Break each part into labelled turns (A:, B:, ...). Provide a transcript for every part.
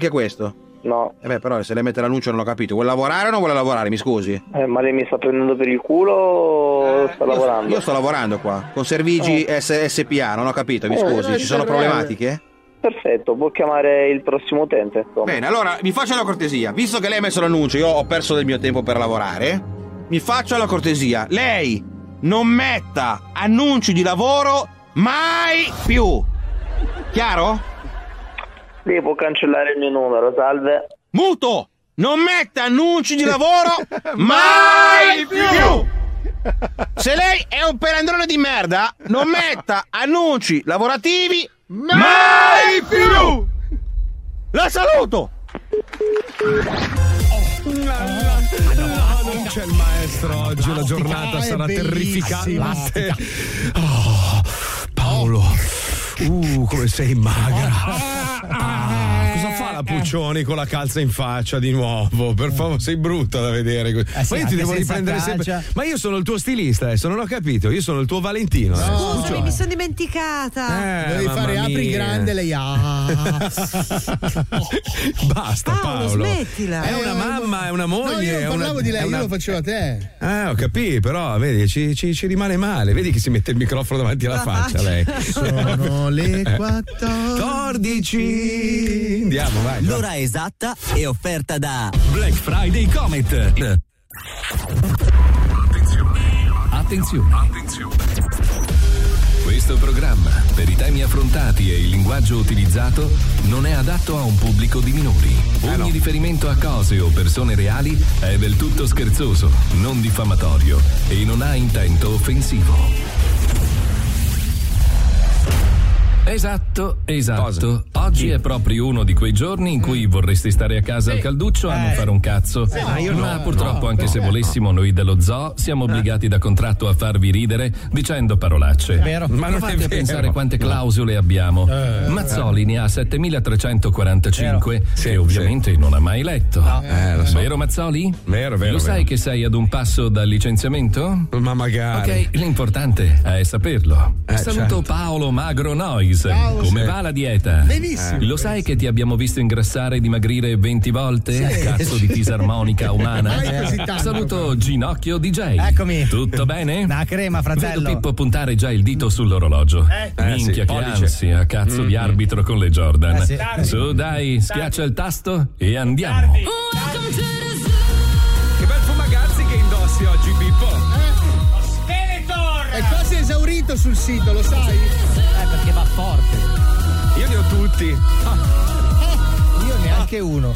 A: Che è questo?
B: No.
A: Però se lei mette l'annuncio non ho capito. Vuole lavorare o non vuole lavorare? Mi scusi.
B: Ma lei mi sta prendendo per il culo o sta lavorando?
A: Io sto lavorando qua, con Servigi SPA, non ho capito, mi scusi. Ci sono problematiche?
B: Perfetto, può chiamare il prossimo utente.
A: Bene, allora mi faccia la cortesia. Visto che lei ha messo l'annuncio, io ho perso del mio tempo per lavorare. Mi faccia la cortesia. Lei non metta annunci di lavoro mai più. Chiaro?
B: Lei può cancellare il mio numero, salve.
A: Muto! Non metta annunci di lavoro mai più! Se lei è un pelandrone di merda, non metta annunci lavorativi mai più! La saluto!
C: Non c'è il maestro oggi, la giornata sarà terrificante. Paolo, come sei magra. Cosa fa la Puccioni con la calza in faccia di nuovo? Per favore, sei brutta da vedere. Ma io ti devo riprendere sempre. Ma io sono il tuo stilista adesso, non ho capito. Io sono il tuo Valentino.
D: Scusami, mi sono dimenticata.
E: Devi fare apri grande lei.
C: Basta, Paolo.
D: Smettila.
C: È una mamma, è una moglie.
E: No, io parlavo di lei, io lo facevo a te.
C: Ho capito, però vedi, ci rimane male. Vedi che si mette il microfono davanti alla faccia lei.
E: Sono le 14.
C: Andiamo, vai.
F: L'ora esatta è offerta da Black Friday Comet.
G: Attenzione. Questo programma, per i temi affrontati e il linguaggio utilizzato, non è adatto a un pubblico di minori. Ogni riferimento a cose o persone reali è del tutto scherzoso, non diffamatorio e non ha intento offensivo. Esatto.
C: Cosa?
G: Oggi è proprio uno di quei giorni in cui vorresti stare a casa al calduccio a non fare un cazzo. Ma purtroppo, anche se volessimo, noi dello zoo siamo obbligati da contratto a farvi ridere dicendo parolacce.
E: Vero.
G: Ma non fate a pensare quante clausole abbiamo. Mazzoli ne ha 7345 che ovviamente non ha mai letto.
C: Lo so.
G: Vero Mazzoli?
C: Vero.
G: Lo sai che sei ad un passo dal licenziamento?
C: Ma magari.
G: Ok, l'importante è saperlo. Saluto
C: certo.
G: Paolo Magro Noise. Come va la dieta?
E: Benissimo.
G: Lo sai che ti abbiamo visto ingrassare e dimagrire 20 volte? Cazzo di fisarmonica umana. Saluto Ginocchio DJ.
H: Eccomi.
G: Tutto bene?
H: La crema, fratello.
G: Vedo Pippo puntare già il dito sull'orologio. Minchia, che ansia, cazzo di arbitro con le Jordan. Su, dai, schiaccia il tasto e andiamo.
C: Che bel fumagazzi che indossi oggi, Pippo.
E: È quasi esaurito sul sito, lo sai?
H: Perché va forte.
C: Io ne ho tutti.
H: Io neanche uno.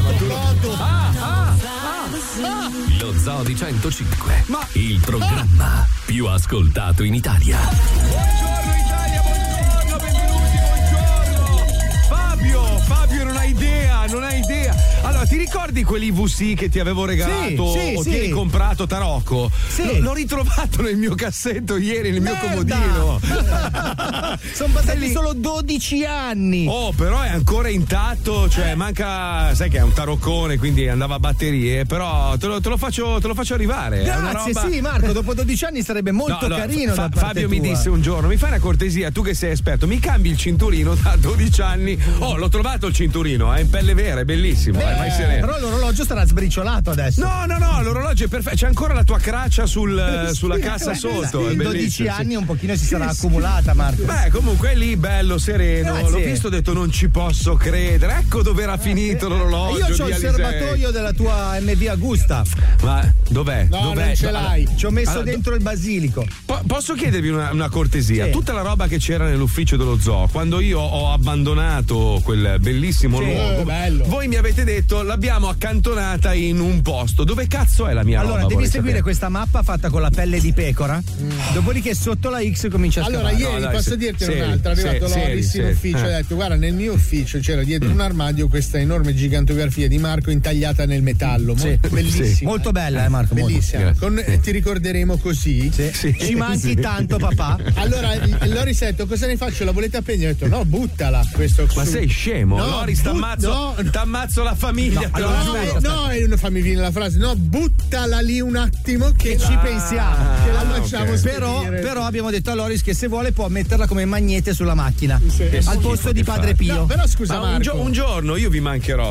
G: Lo Zoo di 105, il programma più ascoltato in Italia.
C: Buongiorno Italia, buongiorno, benvenuti, buongiorno. Fabio, non hai idea. Allora, ti ricordi quell'IVC che ti avevo regalato o ti hai comprato, Tarocco?
H: Sì.
C: L'ho ritrovato nel mio cassetto ieri, nel mio comodino.
H: Sono passati solo 12 anni.
C: Però è ancora intatto, cioè manca, sai che è un taroccone, quindi andava a batterie, però te lo faccio arrivare.
H: Grazie, sì, Marco, dopo 12 anni sarebbe molto carino da parte
C: Fabio
H: tua.
C: mi disse un giorno: mi fai una cortesia, tu che sei esperto, mi cambi il cinturino da 12 anni. L'ho trovato il cinturino, è in pelle vera, è bellissimo. Vai sereno.
H: Però l'orologio sarà sbriciolato adesso.
C: No, l'orologio è perfetto, c'è ancora la tua craccia sulla cassa sotto.
H: In 12 anni un pochino si sarà accumulata, Marco.
C: Beh, comunque è lì, bello, sereno.
H: Grazie.
C: L'ho visto, ho detto non ci posso credere. Ecco dove era finito l'orologio.
H: Io c'ho il serbatoio della tua MV Augusta.
C: Ma dov'è?
E: No,
C: dov'è?
E: non ce l'hai.
H: Ci ho messo dentro il basilico.
C: Posso chiedervi una cortesia?
H: Sì.
C: Tutta la roba che c'era nell'ufficio dello zoo, quando io ho abbandonato quel bellissimo luogo,
E: bello.
C: voi mi avete detto l'abbiamo accantonata in un posto. Dove cazzo è la mia roba?
H: Allora, devi
C: vorrei
H: seguire
C: sapere.
H: questa mappa fatta con la pelle di pecora. Dopodiché sotto la X comincia a
E: Allora,
H: scavare.
E: ieri
C: dai,
E: posso
C: sì,
E: dirti
C: sì,
E: un'altra. È arrivato
C: sì,
E: Loris
C: sì,
E: in
C: sì.
E: ufficio e ha detto: guarda, nel mio ufficio c'era dietro un armadio questa enorme gigantografia di Marco intagliata nel metallo. Bellissima.
H: Molto bella, Marco.
E: Bellissima. Ti ricorderemo così.
H: Ci manchi tanto, papà.
E: Allora, Loris ha detto: cosa ne faccio? La volete appendere? Ho detto: no, buttala.
C: Ma sei scemo?
E: No,
C: Loris, t'ammazzo la famiglia.
E: Allora, fammi finire la frase. No, buttala lì un attimo che
H: ci pensiamo.
E: Che la facciamo
H: però abbiamo detto a Loris che se vuole può metterla come magnete sulla macchina al posto di Padre Pio.
E: No, però scusa, Marco.
C: Un giorno io vi mancherò,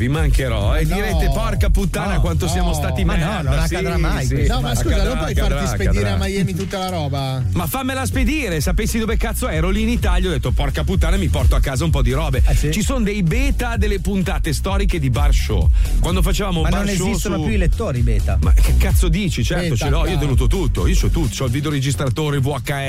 C: e direte porca puttana quanto siamo stati merda.
H: No, non accadrà mai.
E: No, ma scusa, non puoi farti spedire a Miami tutta la roba?
C: Ma fammela spedire, sapessi dove cazzo ero lì in Italia, ho detto porca puttana, mi porto a casa un po' di robe. Ci sono dei beta delle puntate storiche di Bar Show. Quando facevamo
H: ma
C: Bar
H: non
C: Show
H: esistono più i lettori beta.
C: Ma che cazzo dici? Certo,
E: beta,
C: ce l'ho, io ho tenuto tutto, io c'ho tutto, c'ho il videoregistratore,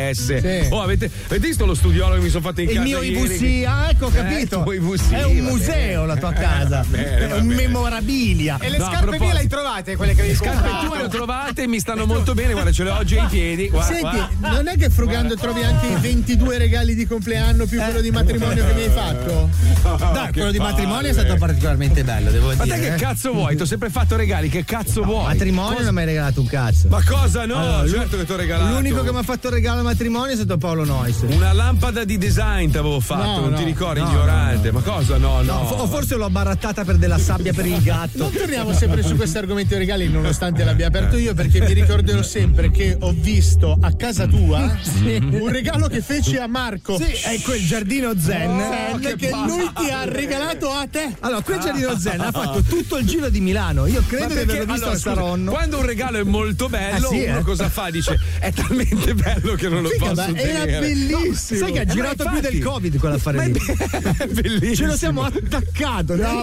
C: VHS. Oh, avete visto lo studiolo che mi sono fatto in casa?
H: Il mio IVC, ecco, ho capito. È un museo la tua casa. È un memorabilia.
I: E le scarpe mie le hai trovate? Quelle che
C: le scarpe tu le ho trovate, mi stanno molto bene, guarda, ce le ho oggi ai piedi.
E: Senti, non è che frugando trovi anche i 22 regali di compleanno più quello di matrimonio che mi hai fatto?
H: Dai, quello di matrimonio è stato particolarmente bello, devo dire.
C: Ma te che cazzo vuoi? Ti ho sempre fatto regali, che cazzo vuoi?
H: Matrimonio non mi hai mai regalato un cazzo.
C: Ma cosa no? Allora, certo che ti ho regalato.
H: L'unico che mi ha fatto regalo al matrimonio è stato Paolo Nois.
C: Una lampada di design ti avevo fatto, non ti ricordi, ignorante? Ma cosa no?
H: O forse l'ho barattata per della sabbia per il gatto.
E: Non torniamo sempre su questo argomento dei regali, nonostante l'abbia aperto io, perché mi ricorderò sempre che ho visto a casa tua un regalo che feci a Marco.
H: Sì, è quel giardino zen
E: che lui ti ha regalato a te.
H: Allora, quel giardino zen ha fatto tutto il giro di Milano. Io credo di averlo visto al Saronno.
C: Quando un regalo è molto bello, uno cosa fa? Dice è talmente bello che non lo posso tenere.
E: Era bellissimo.
H: Sai che ha girato più del Covid quell'affare lì.
C: È bellissimo.
H: Ce lo siamo attaccato.
E: No,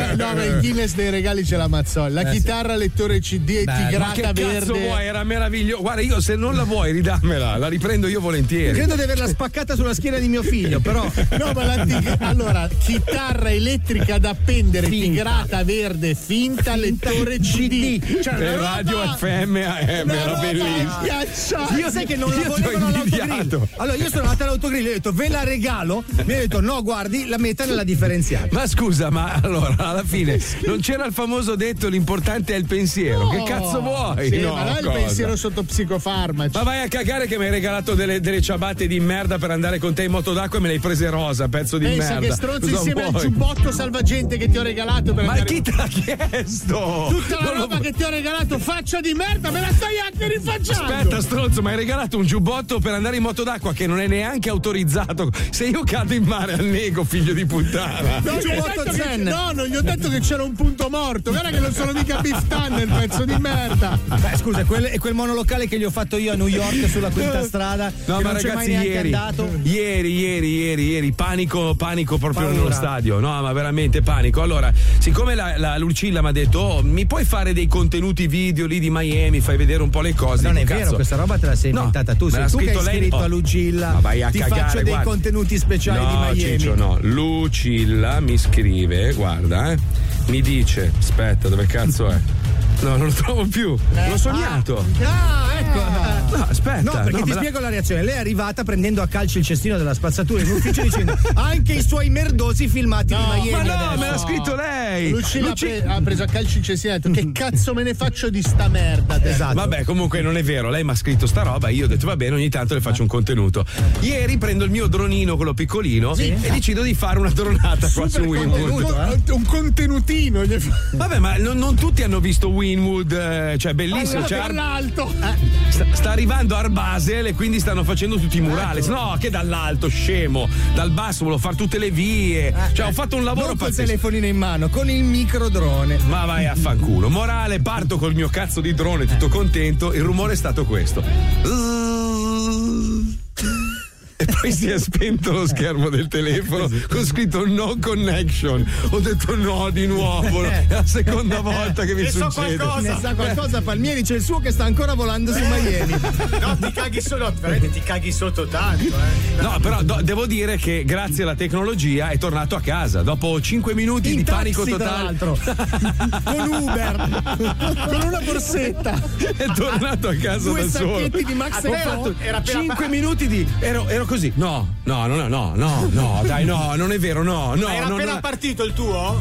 E: il Guinness dei regali ce la Mazzoli. La chitarra lettore CD e tigrata verde.
C: Ma che cazzo vuoi? Era meraviglioso. Guarda, io se non la vuoi ridammela, la riprendo io volentieri.
H: Credo di averla spaccata sulla schiena di mio figlio, però.
E: No, ma allora, chitarra elettrica da appendere, tigrata verde, finta lettore CD.
C: Cioè, per radio FM era bellissimo.
H: Io sai che non la volevano all'autogrill. Allora io sono andato all'autogrill e ho detto ve la regalo. Mi ha detto no, guardi, la metta nella differenziale.
C: Ma scusa, ma allora alla fine non c'era il famoso detto l'importante è il pensiero.
E: No.
C: Che cazzo vuoi?
E: Sì, ma là il pensiero sotto psicofarmaci.
C: Ma vai a cagare che mi hai regalato delle ciabatte di merda per andare con te in moto d'acqua e me le hai prese rosa, pezzo di merda.
E: Pensa che stronzo insieme al giubbotto salvagente che ti ho regalato per
C: Ma chi te l'ha chiesto?
E: Tutta la roba che ti ho regalato, faccia di merda, me la stai anche rifacciando.
C: Aspetta, stronzo, mi hai regalato un giubbotto per andare in moto d'acqua che non è neanche autorizzato. Se io cado in mare annego, figlio di puttana.
E: Non gli ho detto che c'era un punto morto. Guarda che non sono mica Beef Tunnel, pezzo di merda.
H: Beh, scusa, è quel monolocale che gli ho fatto io a New York sulla quinta strada.
C: No, ma ragazzi, ieri, panico proprio nello stadio. No, ma veramente panico. Allora, siccome la Lucilla mi ha detto, mi puoi fare dei contenuti video lì di Miami, fai vedere un po' le cose.
H: Non è vero, questa roba te la sei inventata tu. Sei tu che hai scritto a Lucilla. Ti faccio dei contenuti speciali di Miami.
C: Ciccio, no, Lucilla mi scrive, guarda, mi dice, aspetta, dove cazzo è? No, non lo trovo più. L'ho sognato.
H: Ecco.
C: No, aspetta.
H: No, perché ti spiego la reazione. Lei è arrivata prendendo a calci il cestino della spazzatura in ufficio dicendo anche i suoi merdosi filmati di Miami.
C: Ma no,
H: adesso.
C: me l'ha scritto lei.
E: Lucilla ha preso a calci il cestino e ha detto che cazzo me ne faccio di sta merda.
H: Esatto.
C: Vabbè, comunque non è vero. Lei mi ha scritto sta roba. Io ho detto va bene, ogni tanto le faccio un contenuto. Ieri prendo il mio dronino, quello piccolino, e decido di fare una dronata qua su Winwood.
E: Un contenutino.
C: Vabbè, ma non tutti hanno visto Winwood. Cioè bellissimo,
E: dall'alto.
C: Sta arrivando Arbasel e quindi stanno facendo tutti i murales. No, che dall'alto, scemo. Dal basso volevo fare tutte le vie. Cioè ho fatto un lavoro
H: non
C: pazzesco.
H: Col telefonino in mano, con il microdrone.
C: Ma vai a fanculo. Morale, parto col mio cazzo di drone tutto contento. Il rumore è stato questo. E poi si è spento lo schermo del telefono con scritto no connection. Ho detto no di nuovo. È la seconda volta che mi succede.
H: Ne sa qualcosa Palmieri, c'è il suo che sta ancora volando su Miami.
I: No, ti caghi solo, veramente ti caghi sotto tanto.
C: No, però devo dire che grazie alla tecnologia è tornato a casa dopo 5 minuti di panico totale.
E: Con Uber, con una borsetta.
C: È tornato a casa da solo.
E: 2 sacchetti di Max
C: Ho fatto 5 minuti di ero così. No, dai, no, non è vero, no.
I: Ma era appena partito il tuo?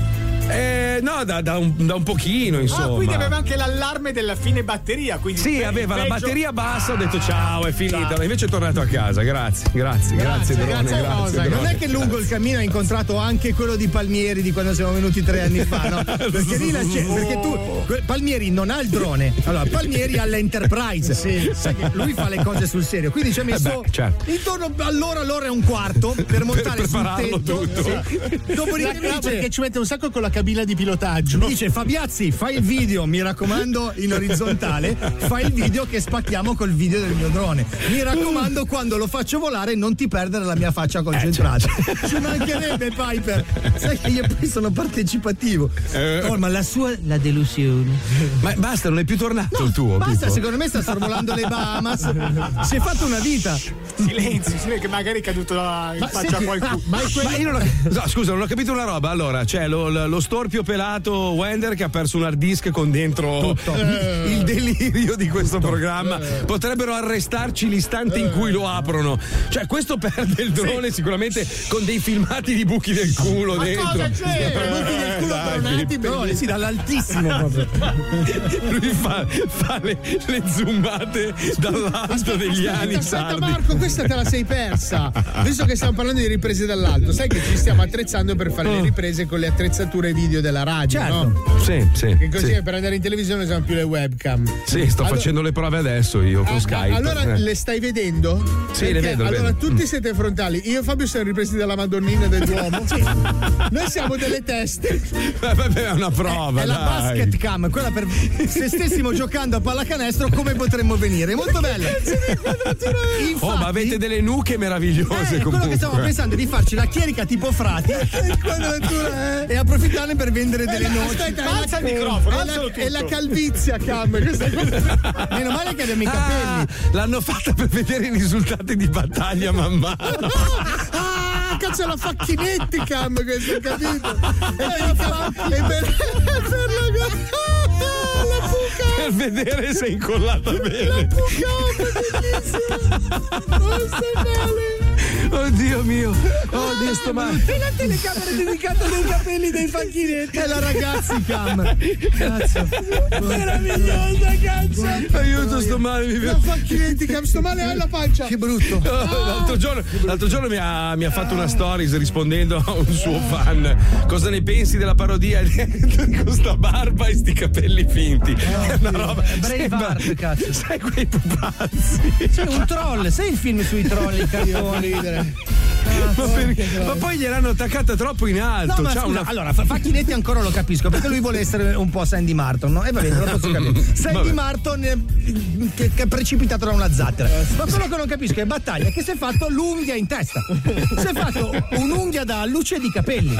C: No, da un pochino, insomma.
I: Quindi aveva anche l'allarme della fine batteria. Quindi
C: sì, aveva la batteria bassa, ho detto ciao, è finita. Invece è tornato a casa. Grazie drone. Grazie,
H: non è che lungo il cammino ha incontrato anche quello di Palmieri di quando siamo venuti 3 anni fa, no? Perché lì perché Palmieri non ha il drone. Allora, Palmieri ha l'Enterprise. Sì. Sai che lui fa le cose sul serio. Quindi ci ha messo intorno all'ora e un quarto per montare sul tetto.
C: Tutto.
H: Sì. Dopodiché mi dice
E: perché ci mette un sacco con la cabina di pilotaggio.
H: Mi dice Fabiazzi, fai il video, mi raccomando, in orizzontale, fai il video che spacchiamo col video del mio drone. Mi raccomando, quando lo faccio volare non ti perdere la mia faccia concentrata. Ci mancherebbe, Piper. Sai che io poi sono partecipativo. Ma la delusione.
C: Ma basta, non è più tornato il tuo.
H: Basta,
C: Pippo.
H: secondo me sta sorvolando le Bahamas. Si è fatto una vita.
I: Silenzio, che magari è caduto in faccia a qualcuno.
C: Ma io scusa, non ho capito una roba. Allora, c'è lo storpio pelato Wender che ha perso un hard disk con dentro il delirio di questo programma. Potrebbero arrestarci l'istante in cui lo aprono. Cioè, questo perde il drone sicuramente con dei filmati di buchi del culo dentro.
E: Cosa c'è? Buchi del culo tronati,
H: sì, dall'altissimo proprio.
C: Lui fa le zoomate dall'alto degli anni sardi.
E: Marco, questa te la sei persa. Visto che stiamo parlando di riprese dall'alto, sai che ci stiamo attrezzando per fare le riprese con le attrezzature video della radio,
H: certo.
E: no?
C: Sì.
E: Che così per andare in televisione usiamo più le webcam.
C: Sì, sto facendo le prove adesso io con Skype.
E: Allora le stai vedendo?
C: Sì, le vedo.
E: Allora tutti siete frontali. Io e Fabio siamo ripresi dalla Madonnina del Duomo. Noi siamo delle teste.
C: Vabbè, è una prova.
H: È la basket cam, quella per se stessimo giocando a pallacanestro come potremmo venire. Molto bella. Infatti,
C: ma avete delle nuche meravigliose comunque.
H: Quello che stavo pensando è di farci la chierica tipo Frati e approfittarne per vendere delle noci.
I: Alza il microfono,
E: è la calvizia cam.
H: Meno male che abbiamo i capelli.
C: L'hanno fatta per vedere i risultati di battaglia man mano.
E: Cazzo, è la facchinetti cam, questo, capito?
C: Per vedere se è incollata bene.
E: La pucca, bellissima.
C: Oddio mio, oddio sto male.
H: E la telecamera dedicata dei capelli dei facchinetti. È la ragazzi cam. Cazzo.
E: Meravigliosa, cazzo.
C: Aiuto, sto male.
E: La facchinetti cam, sto male alla pancia.
H: Che brutto.
C: L'altro giorno mi ha fatto una stories rispondendo a un suo fan. Cosa ne pensi della parodia con sta barba e sti capelli finti? È una roba.
H: Braveheart, cazzo.
C: Sai quei pupazzi.
H: Sei un troll, sai il film sui troll, i cartoni?
C: Ma poi gliel'hanno attaccata troppo in alto.
H: No, ma scusa, allora Facchinetti ancora lo capisco perché lui vuole essere un po' Sandy Martin, no? E va bene, lo posso capire. Sandy Martin che è precipitato da una zattera. Ma quello che non capisco è Battaglia che si è fatto l'unghia in testa. Si è fatto un'unghia da luce di capelli.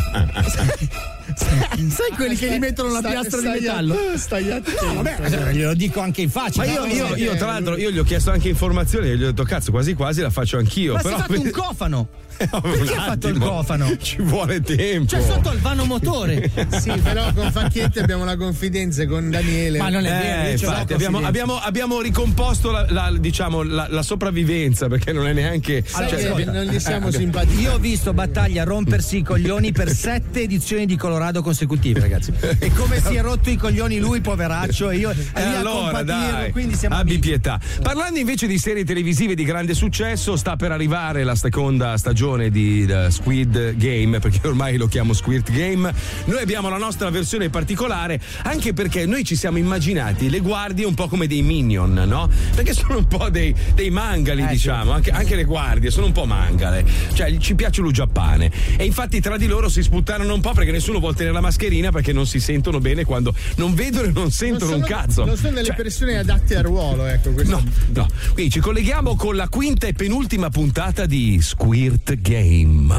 H: Sai quelli che gli mettono la piastra di metallo? Vabbè, glielo dico anche in faccia.
C: Ma io tra l'altro io gli ho chiesto anche informazioni e gli ho detto cazzo quasi quasi la faccio anch'io.
H: Ma
C: però
H: si è fatto un cofano. Perché ha fatto il cofano?
C: Ci vuole tempo.
H: C'è sotto il vano motore.
E: Sì, però con Facchietti abbiamo la confidenza con Daniele.
H: Ma non è vero.
C: Infatti abbiamo ricomposto la sopravvivenza perché non è neanche.
E: Non gli siamo simpatici.
H: Io ho visto Battaglia rompersi i coglioni per 7 edizioni di Colorado consecutive, ragazzi. E come si è rotto i coglioni lui, poveraccio, e io
C: allora dai,
H: quindi siamo
C: abbi
H: amici.
C: pietà. Parlando invece di serie televisive di grande successo, sta per arrivare la seconda stagione di Squid Game, perché ormai lo chiamo Squirt Game. Noi abbiamo la nostra versione particolare, anche perché noi ci siamo immaginati le guardie un po' come dei minion, no? Perché sono un po' dei mangali, diciamo, anche le guardie sono un po' mangale, cioè ci piace lo Giappone, e infatti tra di loro si sputtano un po' perché nessuno vuole tenere la mascherina perché non si sentono bene quando non vedono e non sentono un cazzo.
E: Non sono delle persone adatte al ruolo, ecco.
C: No. Quindi ci colleghiamo con la quinta e penultima puntata di Squirt Game.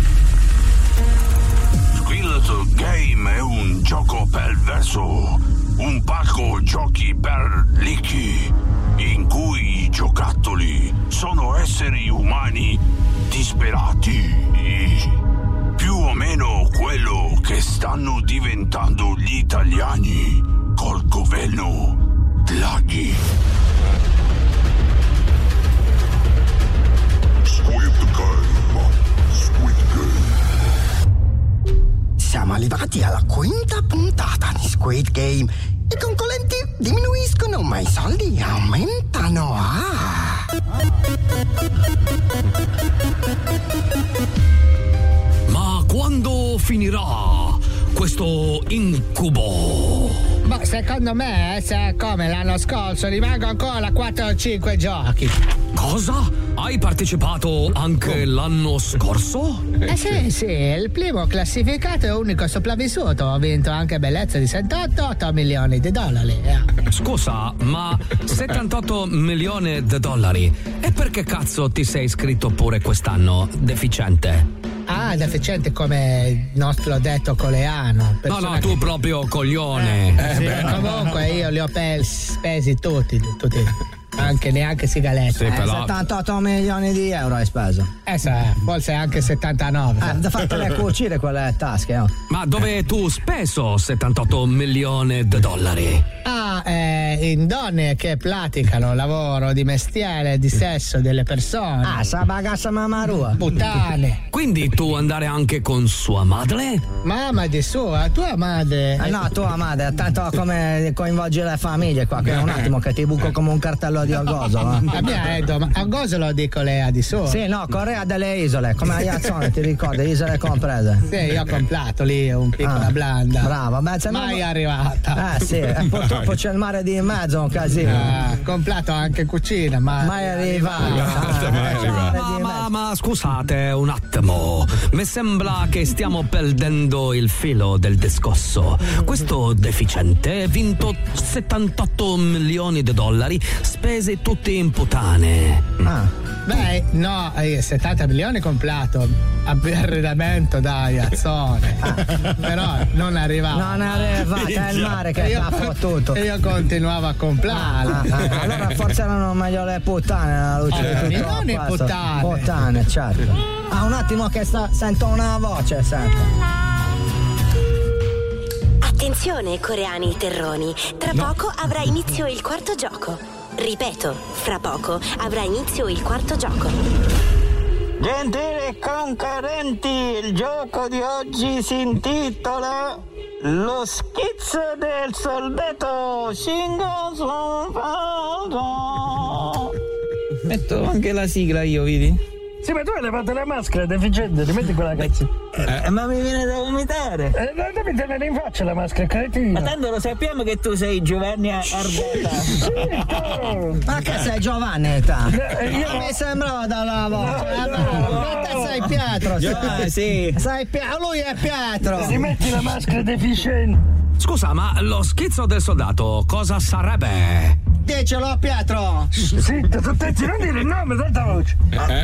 J: Squirt Game è un gioco perverso, un parco giochi per licchi, in cui i giocattoli sono esseri umani disperati. Più o meno quello che stanno diventando gli italiani col governo Draghi.
K: siamo arrivati alla quinta puntata di Squid Game. I concorrenti diminuiscono, ma i soldi aumentano.
L: Ma quando finirà questo incubo?
E: Ma secondo me, se come l'anno scorso, rimango ancora 4 o 5 giochi.
L: Cosa? Hai partecipato anche l'anno scorso?
E: Sì, il primo classificato e unico sopravvissuto. Ho vinto anche bellezza di 78 milioni di dollari.
L: Scusa, ma 78 milioni di dollari? E perché cazzo ti sei iscritto pure quest'anno, deficiente?
E: Ah, deficiente come il nostro detto coleano.
L: No, tu proprio coglione.
E: Sì, comunque io li ho spesi tutti. Anche neanche sigarette.
M: Sì, però... 78 milioni di euro hai speso.
E: Forse anche 79.
M: Da fatele cucire quelle tasche.
L: Ma dove hai tu speso 78 milioni di dollari?
E: In donne che praticano lavoro di mestiere, di sesso delle persone.
M: Sabagassa mamarua.
E: Puttane.
L: Quindi tu andare anche con sua madre?
E: Mamma di sua, tua madre.
M: No, tua madre, tanto come coinvolgi le famiglie qua, che è un attimo che ti buco come un cartello di Orgosolo.
E: Ma Orgosolo dico Corea di Sud.
M: Sì, no, Corea delle isole, come a Iazzone, ti ricordi, isole comprese.
E: Sì, io ho comprato lì un piccola blanda.
M: Bravo,
E: mai arrivata.
M: Sì, purtroppo c'è il mare di mezzo, un casino.
E: Comprato anche cucina, ma
M: mai arrivato.
L: Ma scusate un attimo, mi sembra che stiamo perdendo il filo del discorso. Questo deficiente ha vinto 78 milioni di dollari spesi tutti in puttane.
E: Beh, no, 70 milioni comprato arredamento da Iazzone. Però non arrivava.
M: È il mare che ti ha fottuto.
E: E io continuavo a comprare.
M: Allora forse erano meglio le puttane alla luce di tutto.
E: Non i puttane.
M: Puttane, certo. Un attimo che sento una voce, sento.
N: Attenzione coreani terroni, tra poco avrà inizio il quarto gioco. Ripeto, fra poco avrà inizio il quarto gioco.
O: Gentili concorrenti, il gioco di oggi si intitola Lo schizzo del soldato
P: Metto anche la sigla io, vedi?
O: Sì, ma tu hai levato la maschera, deficiente, ti metti quella cazzo.
P: Ma mi viene da vomitare.
O: Non mi tenere in faccia la maschera, cretino.
P: Ma tanto lo sappiamo che tu sei Giovanni Ardetta.
M: Ma che sei Giovannetta?
E: Mi sembrava dalla voce. Ma te sei Pietro.
P: Sì.
E: Lui è Pietro.
O: Si metti la maschera deficiente.
L: Scusa, ma lo schizzo del soldato cosa sarebbe?
E: Dicelo, Pietro!
O: Zitto, tutti, non dire il nome, tanta voce!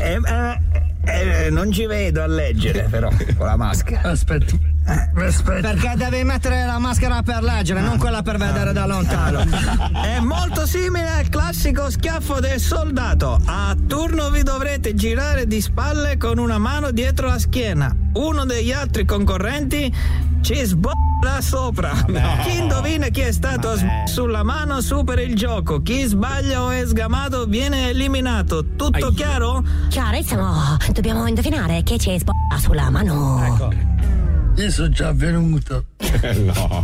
P: Non ci vedo a leggere, però, con la maschera.
O: Aspetta.
M: Perché devi mettere la maschera per leggere, non quella per vedere da lontano.
P: È molto simile al classico schiaffo del soldato. A turno vi dovrete girare di spalle con una mano dietro la schiena. Uno degli altri concorrenti ci sbolla sopra. Chi indovina chi è stato sulla mano supera il gioco. Chi sbaglia o è sgamato viene eliminato. Tutto chiaro?
N: Chiarissimo. Dobbiamo indovinare chi ci sbolla sulla mano.
O: Ecco. Io sono già venuto.
C: No.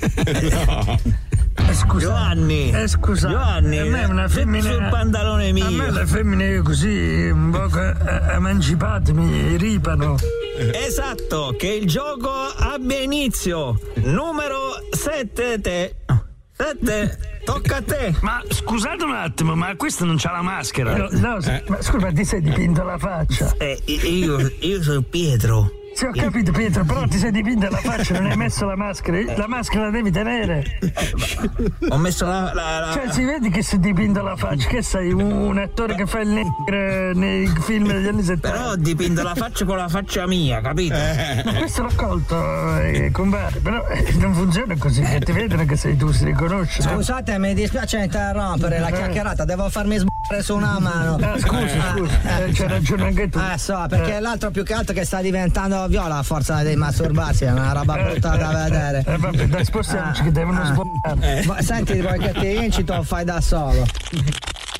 O: Scusa.
P: Giovanni.
O: Scusa.
P: Giovanni.
O: A me è una femmina.
P: Sul pantalone mio.
O: A me le femmine così, un po' emancipate, mi ripano.
P: Esatto, che il gioco abbia inizio. Numero 7 7, tocca a te.
O: Ma scusate un attimo, ma questo non c'ha la maschera. No, ma scusa, ma ti sei dipinto la faccia?
P: Io sono Pietro.
O: Sì, ho capito, Pietro, però ti sei dipinto la faccia, non hai messo la maschera. La maschera la devi tenere.
P: Ho messo la...
O: Cioè, si vede che sei dipinto la faccia, che sei un attore che fa il negro nei film degli anni 70.
P: Però ho dipinto la faccia con la faccia mia, capito?
O: Ma questo l'ho colto, compare, però non funziona così, che ti vedono che sei tu, si riconosce.
M: Scusate, mi dispiace interrompere la chiacchierata, devo farmi sbattere su una mano.
O: Scusa, c'hai ragione anche tu.
M: So, perché l'altro più che altro che sta diventando viola a forza di masturbarsi, è una roba brutta da vedere.
O: Vabbè, dai, spostiamoci che devono sbollare.
M: Senti, vuoi che ti incito o fai da solo?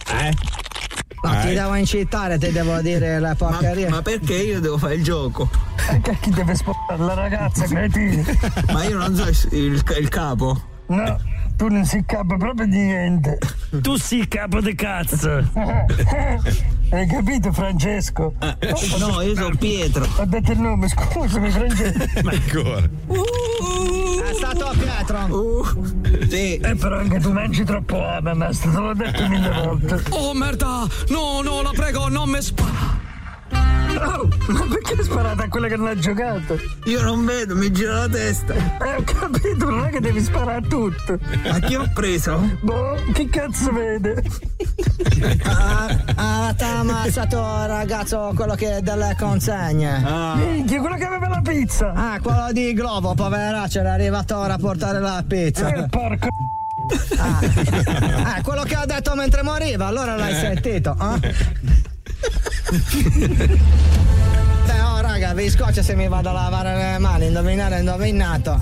M: No, ti devo incitare, ti devo dire la porcheria.
P: Ma perché io devo fare il gioco?
O: Anche a chi deve spostare la ragazza, cretino.
P: Ma io non so il capo.
O: No, tu non sei capo proprio di niente. Tu sei capo di cazzo. Hai capito, Francesco?
P: No, io sono Pietro.
O: Ho detto il nome, scusami, Francesco.
C: Ma ancora?
M: È stato Pietro.
P: Sì.
O: Però anche tu mangi troppo ananas, te l'ho detto 1000 volte.
L: Oh merda! No, la prego, non mi spara!
O: Oh, ma perché hai sparato a quella che non ha giocato?
P: Io non vedo, mi gira la testa.
O: Ho capito, non è che devi sparare a tutto.
P: Ma chi ho preso?
O: Boh, chi cazzo vede?
M: Ti ha ammazzato il ragazzo, quello che è delle consegne.
O: Minchia, quello che aveva la pizza.
M: Ah, quello di Glovo, poveraccio, era arrivato ora a portare la pizza.
O: Porco.
M: Quello che ha detto mentre moriva, allora l'hai sentito, Beh, oh raga, vi scoccia se mi vado a lavare le mani, indovinato.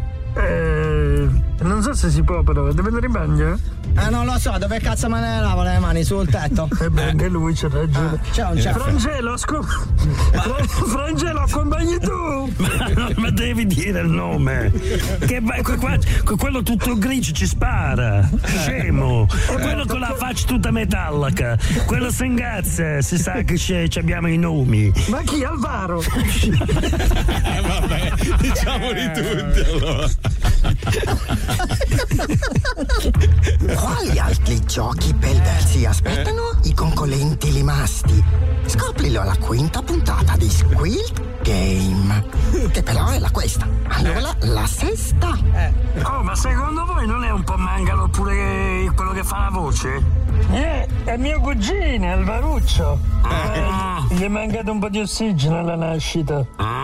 O: Non so se si può, però deve andare in bagno?
M: Non lo so, dove cazzo me ne lavo le mani? Sul tetto?
O: Beh, anche lui c'ha ragione.
M: C'è un ciao.
O: Frangelo, accompagni tu! Ma devi dire il nome. Che quello tutto grigio ci spara. Scemo. E quello con la faccia tutta metallica. Quello si ingazza, si sa che abbiamo i nomi. Ma chi? Alvaro?
C: Vabbè, diciamoli tutti allora.
K: Quali altri giochi perversi aspettano i concorrenti rimasti? Scoprilo alla quinta puntata di Squid Game, che però è la questa. Allora la sesta.
O: Oh, ma secondo voi non è un po' mangalo pure quello che fa la voce? È mio cugino, Alvaruccio. Gli è mancato un po' di ossigeno alla nascita.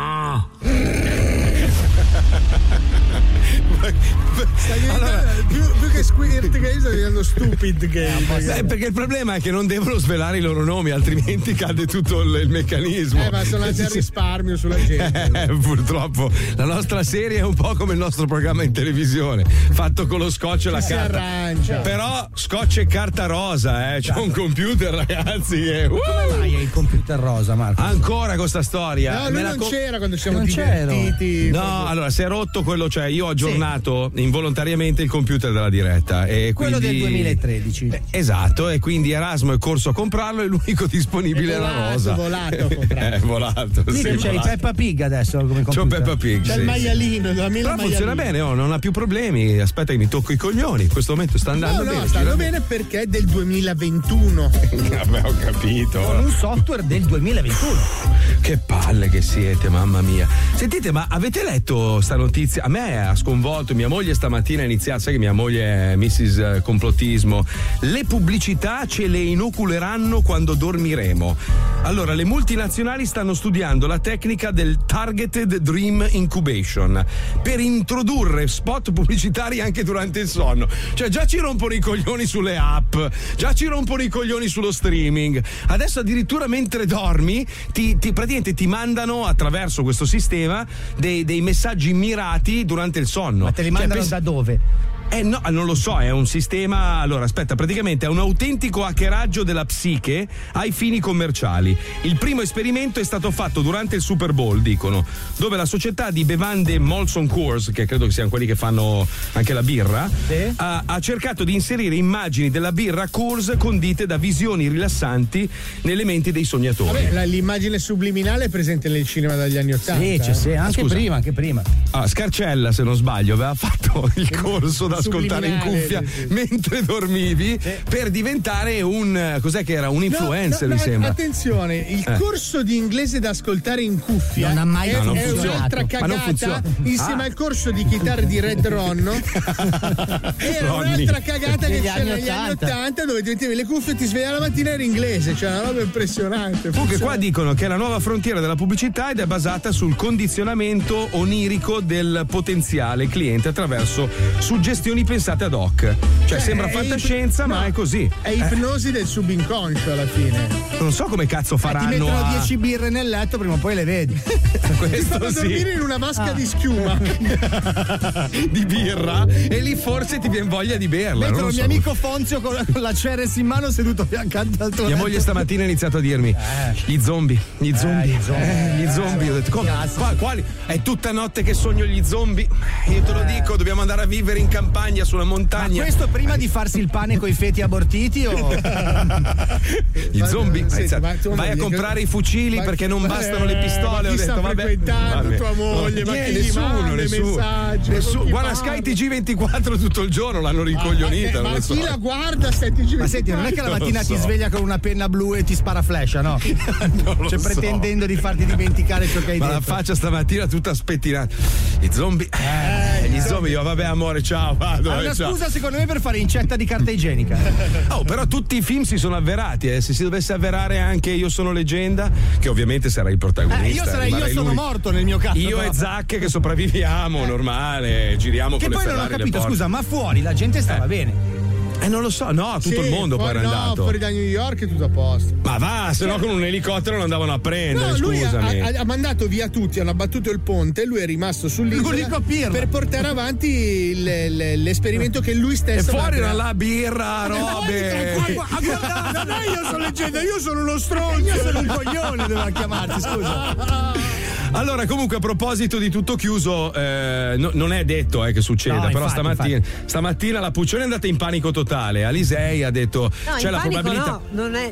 E: Allora, più che Squid Game sta diventando Stupid Game.
C: Perché il problema è che non devono svelare i loro nomi, altrimenti cade tutto il meccanismo.
E: Ma sono andati a risparmio sulla gente.
C: Purtroppo la nostra serie è un po' come il nostro programma in televisione, fatto con lo scotch e la
E: si
C: carta.
E: arrangia.
C: Però scotch e carta rosa, c'è un computer, ragazzi. Che
H: Come mai è il computer rosa, Marco?
C: Ancora con sta storia.
E: No, lui non c'era quando siamo divertiti.
C: No, allora si è rotto quello, cioè io ho aggiornato involontariamente il computer della diretta e
H: quello
C: quindi,
H: del 2013.
C: Esatto, e quindi Erasmo è corso a comprarlo e l'unico disponibile era la rosa.
E: Volato a comprare.
C: Volato.
H: Quindi c'è il Peppa Pig adesso come computer.
C: C'è un Peppa Pig.
E: C'è il maialino,
C: però funziona bene, non ha più problemi. Aspetta che mi tocco i coglioni. In questo momento sta andando bene.
E: No, sta andando bene perché è del 2021.
C: Vabbè, ho capito.
H: Con un software del 2021.
C: Che palle che siete, mamma mia. Sentite, ma avete letto sta notizia? A me ha sconvolto. Mia moglie stamattina ha iniziato, sai che mia moglie è Mrs. Complottismo. Le pubblicità ce le inoculeranno quando dormiremo. Allora, le multinazionali stanno studiando la tecnica del Targeted Dream Incubation per introdurre spot pubblicitari anche durante il sonno. Cioè, già ci rompono i coglioni sulle app, già ci rompono i coglioni sullo streaming. Adesso addirittura mentre dormi praticamente ti mandano attraverso questo sistema dei messaggi mirati durante il sonno.
H: Ma te li mandano da dove?
C: No, non lo so, è un sistema. Allora, aspetta, praticamente è un autentico hackeraggio della psiche ai fini commerciali. Il primo esperimento è stato fatto durante il Super Bowl, dicono, dove la società di bevande Molson Coors, che credo che siano quelli che fanno anche la birra, ha cercato di inserire immagini della birra Coors condite da visioni rilassanti nelle menti dei sognatori.
E: Vabbè, l'immagine subliminale è presente nel cinema dagli anni '80.
H: Sì, anche prima.
C: Scarcella, se non sbaglio, aveva fatto il corso da ascoltare in cuffia mentre dormivi per diventare un cos'è che era? Un influencer, mi sembra.
E: Attenzione, il corso di inglese da ascoltare in cuffia
H: non ha mai
E: è un'altra cagata insieme al corso di chitarra di Red Ronno. Era un'altra cagata che c'era negli anni '80 dove ti mettevi le cuffie e ti svegliavi la mattina e era inglese, cioè una roba impressionante.
C: Comunque qua dicono che è la nuova frontiera della pubblicità ed è basata sul condizionamento onirico del potenziale cliente attraverso suggestioni questioni pensate ad hoc. Cioè sembra fantascienza, ma è così.
E: È ipnosi del subinconscio alla fine.
C: Non so come cazzo faranno.
H: Ti mettono 10 birre nel letto, prima o poi le vedi.
E: Ti fanno dormire in una vasca di schiuma
C: di birra e lì forse ti viene voglia di berla.
H: Mettono il mio amico Fonzio con la Ceres in mano seduto accanto al tuo
C: mia moglie stamattina ha iniziato a dirmi gli zombie. Ho detto come? Quali? È tutta notte che sogno gli zombie. Io te lo dico, dobbiamo andare a vivere in campagna sulla montagna.
H: Ma questo prima di farsi il pane coi feti abortiti o
C: gli zombie? Vai a comprare i fucili perché non bastano le pistole. Ho detto vabbè.
E: Tua moglie, ma nessuno.
C: Nessuno. Guarda Sky TG24 tutto il giorno, l'hanno ricoglionita.
E: Ma chi la guarda Sky TG24?
H: Ma senti, non è che la mattina ti sveglia con una penna blu e ti spara flash, no? Cioè pretendendo di farti dimenticare ciò che hai detto.
C: Ma la faccia stamattina tutta spettinata. I zombie. Gli zombie, io vabbè amore, ciao, vado.
H: È una scusa secondo me per fare incetta di carta igienica.
C: Però tutti i film si sono avverati, se si dovesse avverare anche Io sono leggenda, che ovviamente sarà il protagonista.
H: Io sono morto nel mio caso.
C: Io e Zac che sopravviviamo, normale, giriamo
H: che
C: con le
H: poi
C: Ferrari.
H: Non ho capito, scusa, ma fuori la gente stava bene.
C: Non lo so, no, tutto il mondo poi era andato.
E: Fuori da New York è tutto a posto.
C: Ma va, se no con un elicottero lo andavano a prendere,
E: no, lui
C: scusami.
E: Ha mandato via tutti, hanno abbattuto il ponte, lui è rimasto sull'isola per portare avanti l'esperimento che lui stesso.
C: E fuori era la birra, robe.
E: No, io sono leggenda, io sono uno stronzo.
H: Io sono un coglione, doveva chiamarti, scusa.
C: Allora, comunque, a proposito di tutto chiuso, non è detto che succeda, però stamattina la Puccione è andata in panico totale. Alisei ha detto c'è la probabilità.
D: No, non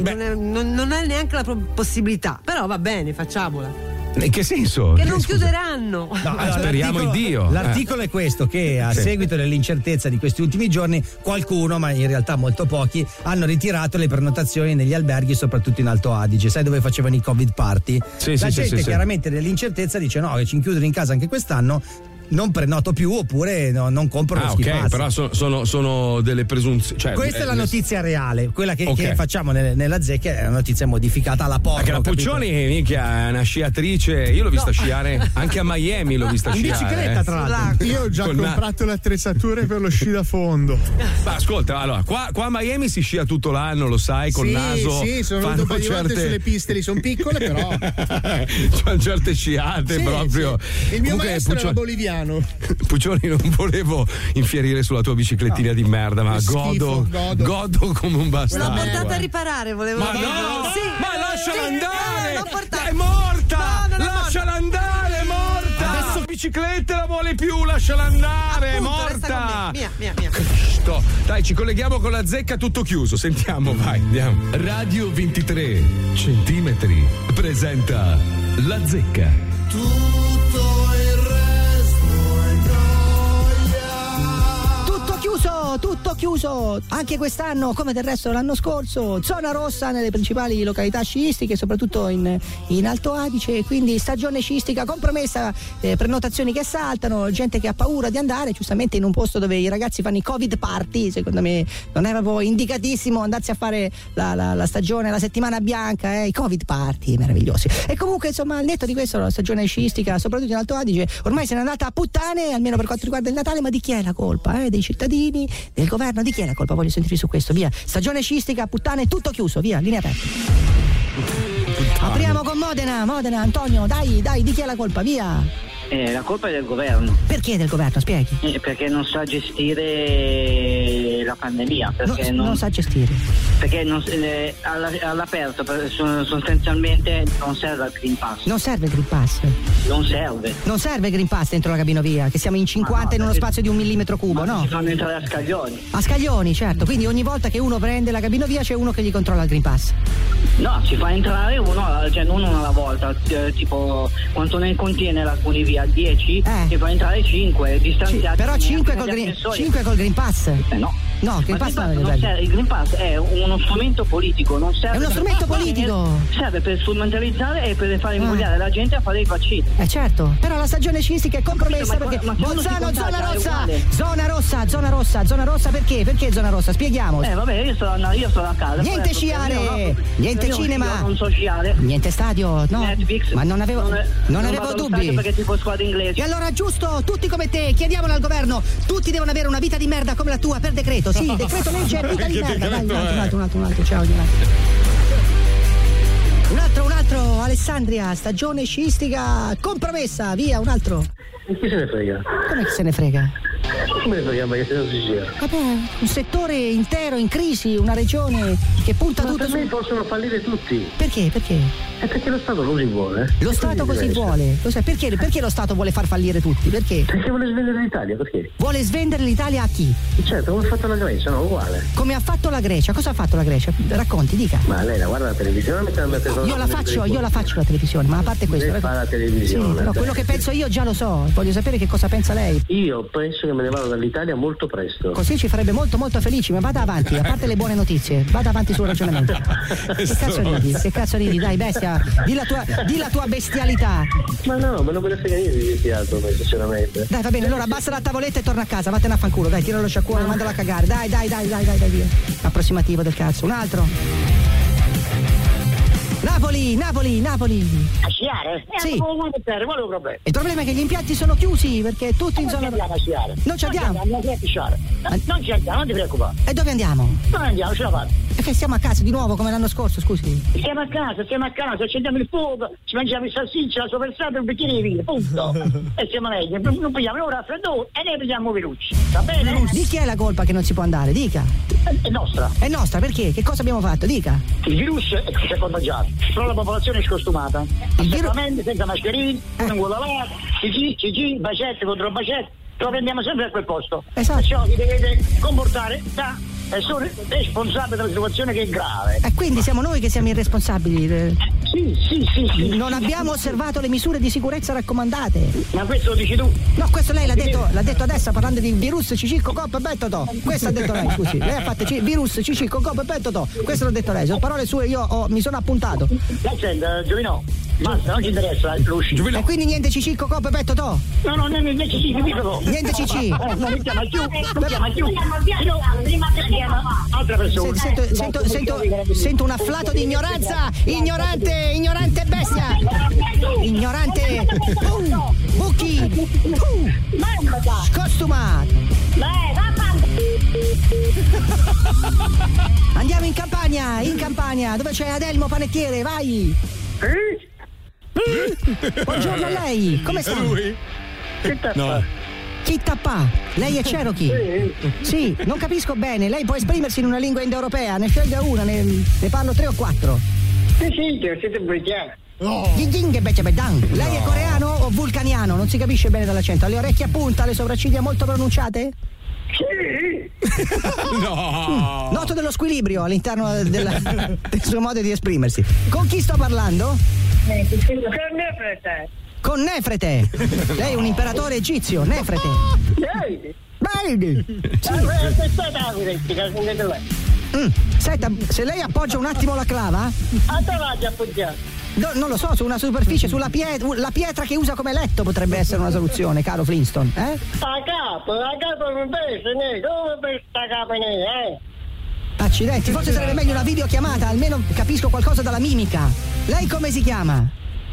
D: è neanche la possibilità, però va bene, facciamola.
C: In che senso?
D: Che non chiuderanno.
C: No, speriamo in Dio.
H: L'articolo è questo: che a seguito dell'incertezza di questi ultimi giorni, qualcuno, ma in realtà molto pochi, hanno ritirato le prenotazioni negli alberghi, soprattutto in Alto Adige. Sai dove facevano i Covid party? La gente chiaramente nell'incertezza dice no, che ci chiudono in casa anche quest'anno. Non prenoto più oppure non compro lo schifazzo.
C: Ok, però sono delle presunzioni. Cioè,
H: questa è la notizia reale, quella che facciamo nella zecca è una notizia modificata alla porta.
C: Perché la Puccioni, minchia, è una sciatrice. Io l'ho vista sciare anche a Miami, l'ho vista
H: in
C: sciare.
H: bicicletta, tra l'altro.
E: Io ho già comprato le attrezzature per lo sci da fondo.
C: Ma ascolta, allora, qua a Miami si scia tutto l'anno, lo sai, col naso.
E: Sì, sono venuto un po' di volte sulle piste, lì sono piccole, però.
C: C'hanno certe sciate proprio.
E: Sì. Il mio maestro era boliviano.
C: Puccioni, non volevo infierire sulla tua biciclettina di merda, ma godo come un bastardo.
D: L'ho portata a riparare, volevo
C: dire.
D: Ma
C: lasciala andare! È morta! Lasciala andare, è morta! Adesso bicicletta la vuole più, lasciala andare, è morta!
D: Mia.
C: Cristo. Dai, ci colleghiamo con la zecca, tutto chiuso. Sentiamo, vai, andiamo.
G: Radio 23 centimetri presenta la zecca.
Q: Tutto il resto è noia.
M: Tutto chiuso anche quest'anno, come del resto l'anno scorso. Zona rossa nelle principali località sciistiche, soprattutto in Alto Adige, quindi stagione sciistica compromessa, prenotazioni che saltano, gente che ha paura di andare giustamente in un posto dove i ragazzi fanno i Covid party. Secondo me non è proprio indicatissimo andarsi a fare la stagione, la settimana bianca, i Covid party meravigliosi. E comunque insomma, al netto di questo, la stagione sciistica soprattutto in Alto Adige ormai se n'è andata a puttane, almeno per quanto riguarda il Natale. Ma di chi è la colpa? Dei cittadini, del governo, di chi è la colpa? Voglio sentire su questo, via. Stagione sciistica, puttane, tutto chiuso, via, linea aperta. Apriamo con Modena, Antonio, dai, di chi è la colpa, via.
R: La colpa è del governo.
M: Perché del governo? Spieghi.
R: Perché non sa gestire la pandemia. Perché
M: non sa gestire.
R: Perché all'aperto sostanzialmente non serve il Green Pass.
M: Non serve il Green Pass.
R: Non serve.
M: Non serve il Green Pass dentro la cabinovia, che siamo in 50 in uno spazio di 1 millimetro cubo, no?
R: Si fanno entrare a scaglioni.
M: A scaglioni, certo. Quindi ogni volta che uno prende la cabinovia c'è uno che gli controlla il Green Pass.
R: No, si fa entrare uno, cioè non uno alla volta, tipo quanto ne contiene la funivia? 10, si fa entrare 5, distanziati.
M: Però 5 col Green Pass.
R: No.
M: No, che
R: il Green Pass è uno strumento politico, non serve.
M: È uno strumento politico.
R: Serve per strumentalizzare e per far invogliare la gente a fare i vaccini.
M: Certo, però la stagione sciistica è compromessa perché Bolzano, zona rossa, perché? Perché zona rossa? Spieghiamo.
R: Vabbè, io sto a casa.
M: Niente sciare, niente cinema.
R: Io non so sciare.
M: Niente stadio, no.
R: Netflix.
M: Ma non avevo dubbi.
R: Perché tipo squadre inglesi.
M: E allora giusto, tutti come te, chiediamolo al governo, tutti devono avere una vita di merda come la tua per decreto. Sì, decreto legge vita di merda. Dai, un altro, ciao. Un altro, Alessandria, stagione sciistica compromessa, via, un altro.
S: Chi se ne frega?
M: Come chi se ne frega?
S: Come ne frega perché siamo sicuri?
M: Vabbè, un settore intero in crisi, una regione che punta tutto
S: su. Ma possono fallire tutti.
M: Perché?
S: È perché lo Stato così vuole.
M: Lo Stato così vuole? Perché lo Stato vuole far fallire tutti? Perché?
S: Perché vuole svendere l'Italia, perché?
M: Vuole svendere l'Italia a chi?
S: Certo, come ha fatto la Grecia, no? Uguale.
M: Come ha fatto la Grecia? Cosa ha fatto la Grecia? Racconti, dica.
S: Ma lei la guarda la televisione?
M: Io la faccio la televisione, ma a parte questo.
S: Lei fa la televisione.
M: Sì, però quello che penso io già lo so, voglio sapere che cosa pensa lei.
S: Io penso che me ne vado dall'Italia molto presto.
M: Così ci farebbe molto molto felici, ma vada avanti, a parte le buone notizie, vada avanti sul ragionamento. Che cazzo ridi? Dai, bestia, di la tua bestialità.
S: Ma no, ma non me ne frega niente di bestiato, sinceramente.
M: Dai, va bene, allora abbassa la tavoletta e torna a casa, vattene a fanculo, dai, tira lo sciacquone, mandalo a cagare, dai, via. Approssimativo del cazzo, un altro. Napoli.
T: A sciare?
M: Sì.
T: Qual è il problema?
M: Il problema è che gli impianti sono chiusi perché tutti in zona.
T: Non andiamo a sciare.
M: Non ci andiamo.
T: Non ci andiamo, non ti preoccupare.
M: E dove andiamo?
T: Dove andiamo? Ce la fate.
M: Perché stiamo a casa di nuovo come l'anno scorso, scusi.
T: Stiamo a casa, accendiamo il fuoco, ci mangiamo il salsiccia, la soppressata e un bicchiere di vino, punto. E siamo meglio, non pigliamo ora raffreddore e ne prendiamo Verucci. Va bene?
M: Di chi è la colpa che non si può andare? Dica.
T: È nostra.
M: È nostra, perché? Che cosa abbiamo fatto? Dica.
T: Il virus si è contagiato, però la popolazione è scostumata. Assolutamente, senza mascherine, non vuole lavare, CG, bacette contro bacette, lo prendiamo sempre a quel posto.
M: Esatto.
T: Perciò vi dovete comportare da persone responsabili della situazione che è grave.
M: E quindi siamo noi che siamo irresponsabili.
T: Sì.
M: Non abbiamo osservato le misure di sicurezza raccomandate.
T: Ma questo lo dici tu?
M: No, questo lei l'ha detto adesso parlando di virus, cicicco, coppa e bettoto. Questo ha detto lei, scusi. Lei ha fatto virus, cicicco, coppa e bettoto. Questo l'ho detto lei. Sono parole sue, mi sono appuntato.
T: Senta, Giovinò, basta, non ci interessa l'uscito.
M: E quindi niente cicicco, coppa e bettoto?
T: No, niente cicicco.
M: Niente cicì.
T: Non mi chiama più. Altra persona.
M: Sento un afflato di ignoranza. Ignorante bestia. Ignorante. Bucchi. Scostumato. Andiamo in campagna, dove c'è Adelmo Panettiere, vai. Buongiorno a lei, come sta?
S: Lui?
M: No. Chi tappa? Lei è Cherokee? Sì, non capisco bene. Lei può esprimersi in una lingua indoeuropea, ne scelga una, ne parlo 3 o 4.
T: Sì, siete britannici.
M: Lei è coreano o vulcaniano? Non si capisce bene dall'accento. Ha le orecchie a punta, le sopracciglia molto pronunciate?
T: Sì.
C: No.
M: Noto dello squilibrio all'interno del suo modo di esprimersi. Con chi sto parlando? Con Nefrete. Lei è un imperatore egizio, Nefrete. Senta, se lei appoggia un attimo la clava.
T: A te vado a appoggiare.
M: No, non lo so, su una superficie, sulla la pietra che usa come letto potrebbe essere una soluzione, caro Flintstone,
T: A capo non pesa, dove pesa sta capo,
M: Accidenti, forse sarebbe meglio una videochiamata, almeno capisco qualcosa dalla mimica. Lei come si chiama?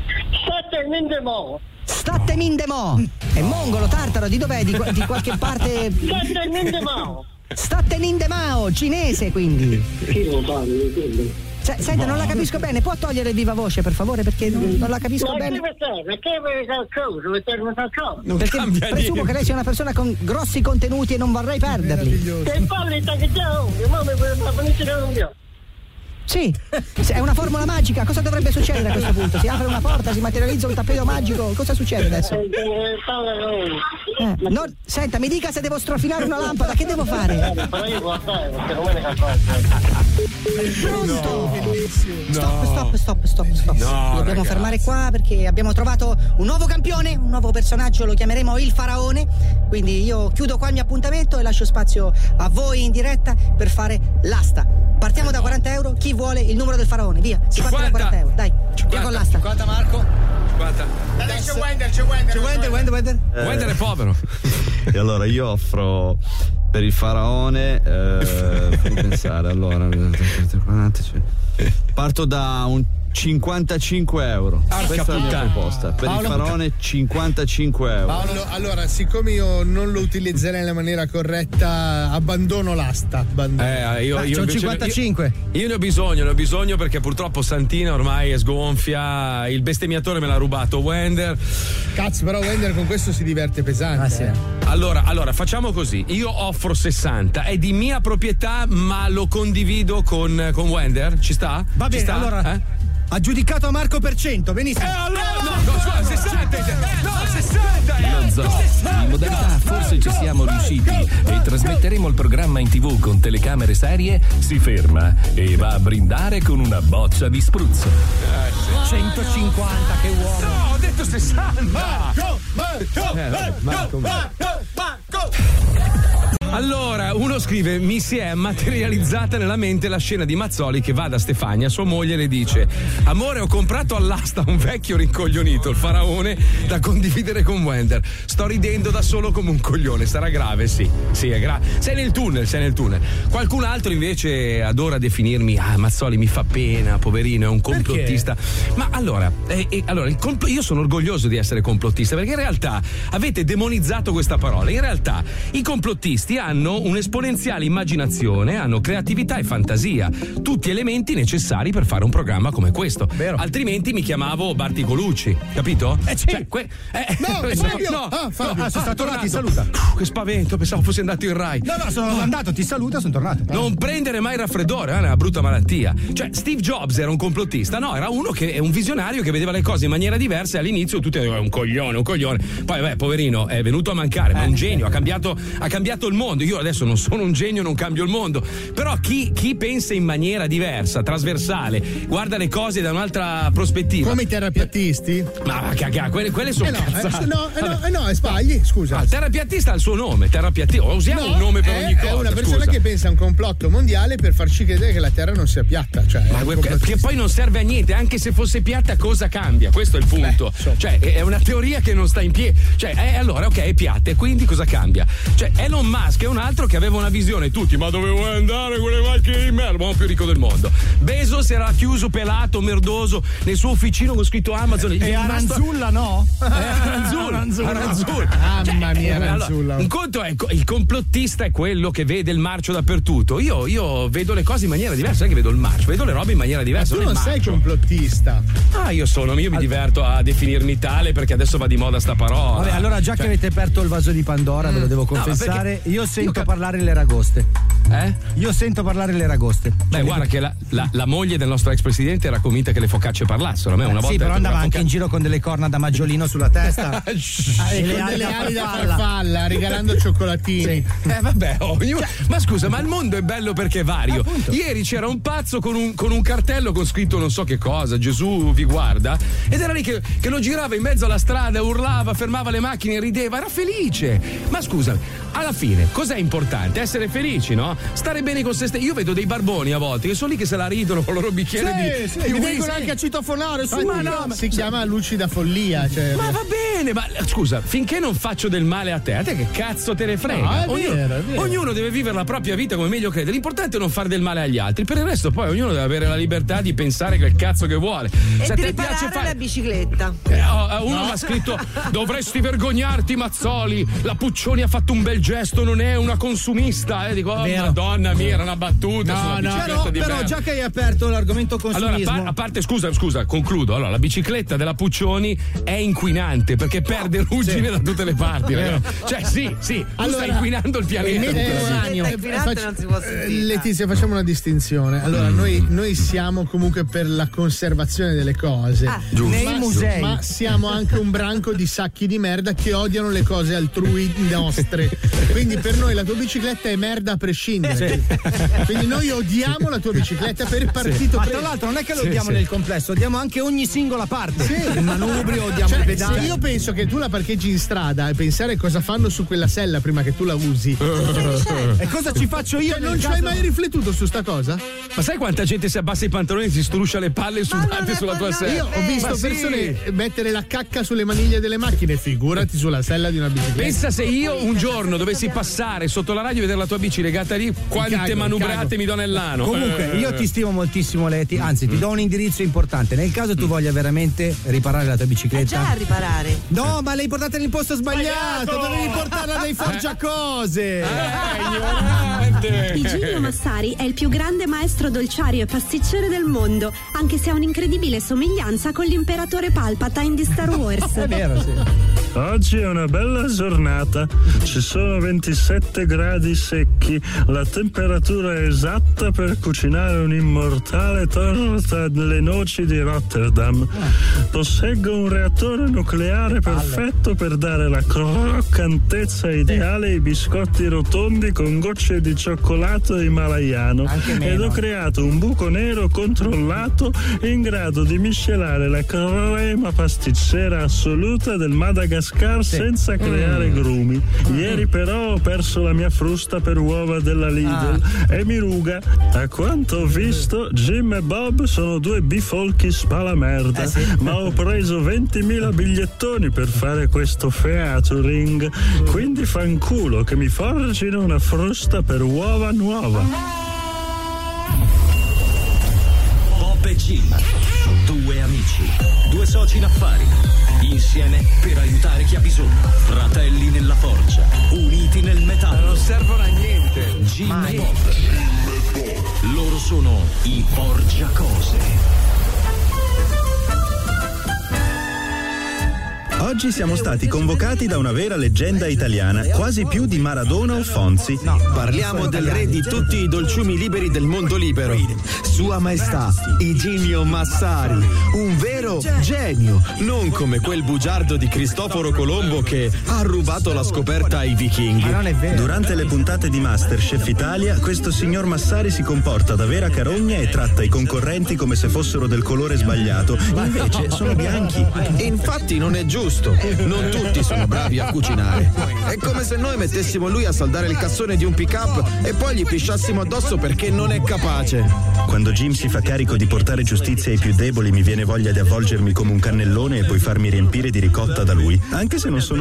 M: Statte Mindemo. È mongolo, tartaro, di dov'è? Di qualche parte. Statte Mindemao, cinese quindi. Senta, non la capisco bene, può togliere il viva voce per favore perché non la capisco bene. Perché presumo che lei sia una persona con grossi contenuti e non vorrei perderli. Sì, è una formula magica, cosa dovrebbe succedere a questo punto? Si apre una porta, si materializza un tappeto magico, cosa succede adesso? Senta, mi dica se devo strofinare una lampada, che devo fare? Pronto? Stop. Dobbiamo fermare qua perché abbiamo trovato un nuovo campione, un nuovo personaggio, lo chiameremo il faraone. Quindi io chiudo qua il mio appuntamento e lascio spazio a voi in diretta per fare l'asta. Partiamo da 40 euro, chi vuole il numero del faraone, via, si parte da 40 euro, dai, 50, via con l'asta.
H: 50 Marco.
C: 50.
E: Adesso c'è Wender.
C: Wender è povero.
U: E allora io offro per il faraone, fammi pensare, allora, parto da un 55 euro. Questa è la mia proposta. Per il faraone 55 euro.
E: Paolo, allora, siccome io non lo utilizzerei nella maniera corretta, abbandono l'asta.
C: Io
H: c'ho 55.
C: Io ne ho bisogno perché purtroppo Santina ormai è sgonfia. Il bestemmiatore me l'ha rubato Wender.
E: Cazzo, però Wender con questo si diverte pesante.
H: Sì.
C: Allora, facciamo così. Io offro 60, è di mia proprietà, ma lo condivido con Wender. Ci sta?
H: Va bene,
C: ci sta?
H: allora. Ha giudicato Marco per 100, benissimo.
C: Allora, no, 60. No, 60.
G: Lo zoo. In modalità forse ci siamo riusciti e trasmetteremo il programma in TV con telecamere serie. Si ferma e va a brindare con una boccia di spruzzo.
H: 150, che uomo.
C: No, ho detto 60.
E: Marco.
C: Allora, uno scrive: mi si è materializzata nella mente la scena di Mazzoli che va da Stefania, sua moglie, e le dice: amore, ho comprato all'asta un vecchio rincoglionito, il faraone, da condividere con Wender. Sto ridendo da solo come un coglione, sarà grave? Sì, è grave. Sei nel tunnel. Qualcun altro invece adora definirmi: Mazzoli mi fa pena, poverino, è un complottista. Perché? Ma allora, io sono orgoglioso di essere complottista, perché in realtà avete demonizzato questa parola. In realtà i complottisti hanno un'esponenziale immaginazione, hanno creatività e fantasia, tutti elementi necessari per fare un programma come questo. Vero. Altrimenti mi chiamavo Barti Colucci, capito?
E: Sì. Fabio.
H: Sono stato là, ti saluta.
C: Che spavento, pensavo fossi andato in Rai.
H: No, sono andato, ti saluta, sono tornato.
C: Non prendere mai il raffreddore, è una brutta malattia. Cioè, Steve Jobs era un complottista? No, era uno che è un visionario che vedeva le cose in maniera diversa e all'inizio tutti dicevano un coglione. Poi vabbè, poverino, è venuto a mancare, ma è un genio, ha cambiato il mondo. Io adesso non sono un genio, non cambio il mondo, però chi pensa in maniera diversa, trasversale, guarda le cose da un'altra prospettiva,
E: come i terapiattisti.
C: Ma cagà, quelle sono cazzate.
E: No, sbagli, scusa.
C: Il terapiattista ha il suo nome, usiamo un nome per ogni cosa.
E: È una persona che pensa a un complotto mondiale per farci credere che la Terra non sia piatta,
C: che poi non serve a niente, anche se fosse piatta cosa cambia? Questo è il punto. Cioè, è una teoria che non sta in piedi. Allora, ok, è piatta, e quindi cosa cambia? Elon Musk è un altro che aveva una visione, tutti, ma dove vuoi andare con le macchine di merda, l'uomo più ricco del mondo. Bezos era chiuso, pelato, merdoso nel suo officino con scritto Amazon.
H: E Aranzulla no?
C: Aranzulla.
E: Mamma mia, Aranzulla.
C: Un conto è il complottista è quello che vede il marcio dappertutto. Io vedo le cose in maniera diversa, non è che vedo il marcio, vedo le robe in maniera diversa.
E: Ma tu non sei complottista.
C: Io mi diverto a definirmi tale perché adesso va di moda sta parola.
H: Vabbè, allora già che avete aperto il vaso di Pandora, ve lo devo confessare, io sento parlare le ragoste. Io sento parlare le ragoste.
C: Beh, guarda che la moglie del nostro ex presidente era convinta che le focacce parlassero. A me una volta.
H: Sì, però andava anche in giro con delle corna da maggiolino sulla testa.
E: E con delle ali da farfalla, regalando cioccolatini.
C: Sì. Vabbè, ognuno. Ma scusa, ma il mondo è bello perché è vario.
H: Appunto.
C: Ieri c'era un pazzo con un cartello con scritto non so che cosa, Gesù vi guarda, ed era lì che lo girava in mezzo alla strada, urlava, fermava le macchine, rideva, era felice. Ma scusa, alla fine cos'è importante? Essere felici, no? Stare bene con se stessi. Io vedo dei barboni a volte che sono lì che se la ridono con il loro bicchiere di
E: mi vengono anche a citofonare si chiama lucida follia,
C: ma va bene, ma scusa, finché non faccio del male a te che cazzo te ne frega?
E: No, è vero.
C: Ognuno deve vivere la propria vita come meglio crede. L'importante è non fare del male agli altri. Per il resto poi ognuno deve avere la libertà di pensare quel cazzo che vuole.
D: Se a te piace fare la bicicletta.
C: Uno mi ha scritto: dovresti vergognarti, Mazzoli, la Puccioni ha fatto un bel gesto, non è una consumista. Dico, madonna mia, era una battuta.
H: Però già che hai aperto l'argomento consumismo.
C: Allora, a parte, scusa, concludo. Allora, la bicicletta della Puccioni è inquinante perché perde ruggine da tutte le parti, ragazzi. Sì, tu stai inquinando il pianeta.
E: Letizia, facciamo una distinzione. Allora, noi siamo comunque per la conservazione delle cose.
H: Nei musei.
E: Ma siamo anche un branco di sacchi di merda che odiano le cose altrui nostre. Quindi per noi la tua bicicletta è merda a prescindere. Quindi noi odiamo la tua bicicletta per il partito.
H: Ma tra l'altro non è che lo odiamo nel complesso, odiamo anche ogni singola parte. Il manubrio, odiamo i pedali.
E: Se io penso che tu la parcheggi in strada e pensare cosa fanno su quella sella prima che tu la usi.
H: E cosa ci faccio io?
E: Non ci hai mai riflettuto su sta cosa?
C: Ma sai quanta gente si abbassa i pantaloni e si struscia le palle sudate sulla tua sella?
E: Io ho visto persone mettere la cacca sulle maniglie delle macchine, figurati sulla sella di una bicicletta.
C: Pensa se io un giorno dovessi passare sotto la radio e vedere la tua bici legata lì, quante manubrate mi do nell'ano.
H: Comunque, io ti stimo moltissimo, Leti, anzi ti do un indirizzo importante. Nel caso tu voglia veramente riparare la tua bicicletta.
D: Già a riparare.
H: No, ma l'hai portata nel posto sbagliato, dovevi portarla dai Forgiacose.
B: Igino Massari è il più grande maestro dolciario e pasticcere del mondo, anche se ha un'incredibile somiglianza con l'imperatore Palpatine di Star Wars.
H: È vero, sì.
O: Oggi è una bella giornata, ci sono 27 gradi secchi, la temperatura è esatta per cucinare un'immortale torta alle noci di Rotterdam. Posseggo un reattore nucleare perfetto per dare la croccantezza ideale ai biscotti rotondi con gocce di cioccolato himalayano ed ho creato un buco nero controllato in grado di miscelare la crema pasticcera assoluta del Madagascar senza creare grumi. Ieri però ho perso la mia frusta per uova della Lidl e mi ruga. A quanto ho visto, Jim e Bob sono due bifolchi spalamerda, ma ho preso 20.000 bigliettoni per fare questo featuring, quindi fanculo che mi forgino una frusta per uova nuova.
F: Bob e Jim, due amici, due soci in affari, insieme per aiutare chi ha bisogno, fratelli nella forgia, uniti nel metallo.
C: Non servono a niente.
F: Jim e Bob. Loro sono i Forgiacose.
V: Oggi siamo stati convocati da una vera leggenda italiana, quasi più di Maradona o Fonzi.
W: Parliamo del re di tutti i dolciumi liberi del mondo libero, Sua Maestà Igino Massari, un vero genio, non come quel bugiardo di Cristoforo Colombo che ha rubato la scoperta ai vichinghi.
V: Durante le puntate di Masterchef Italia, questo signor Massari si comporta da vera carogna e tratta i concorrenti come se fossero del colore sbagliato, invece sono bianchi.
W: Infatti non è giusto. Non tutti sono bravi a cucinare. È come se noi mettessimo lui a saldare il cassone di un pick-up e poi gli pisciassimo addosso perché non è capace.
V: Quando Jim si fa carico di portare giustizia ai più deboli, mi viene voglia di avvolgermi come un cannellone e poi farmi riempire di ricotta da lui, anche se non sono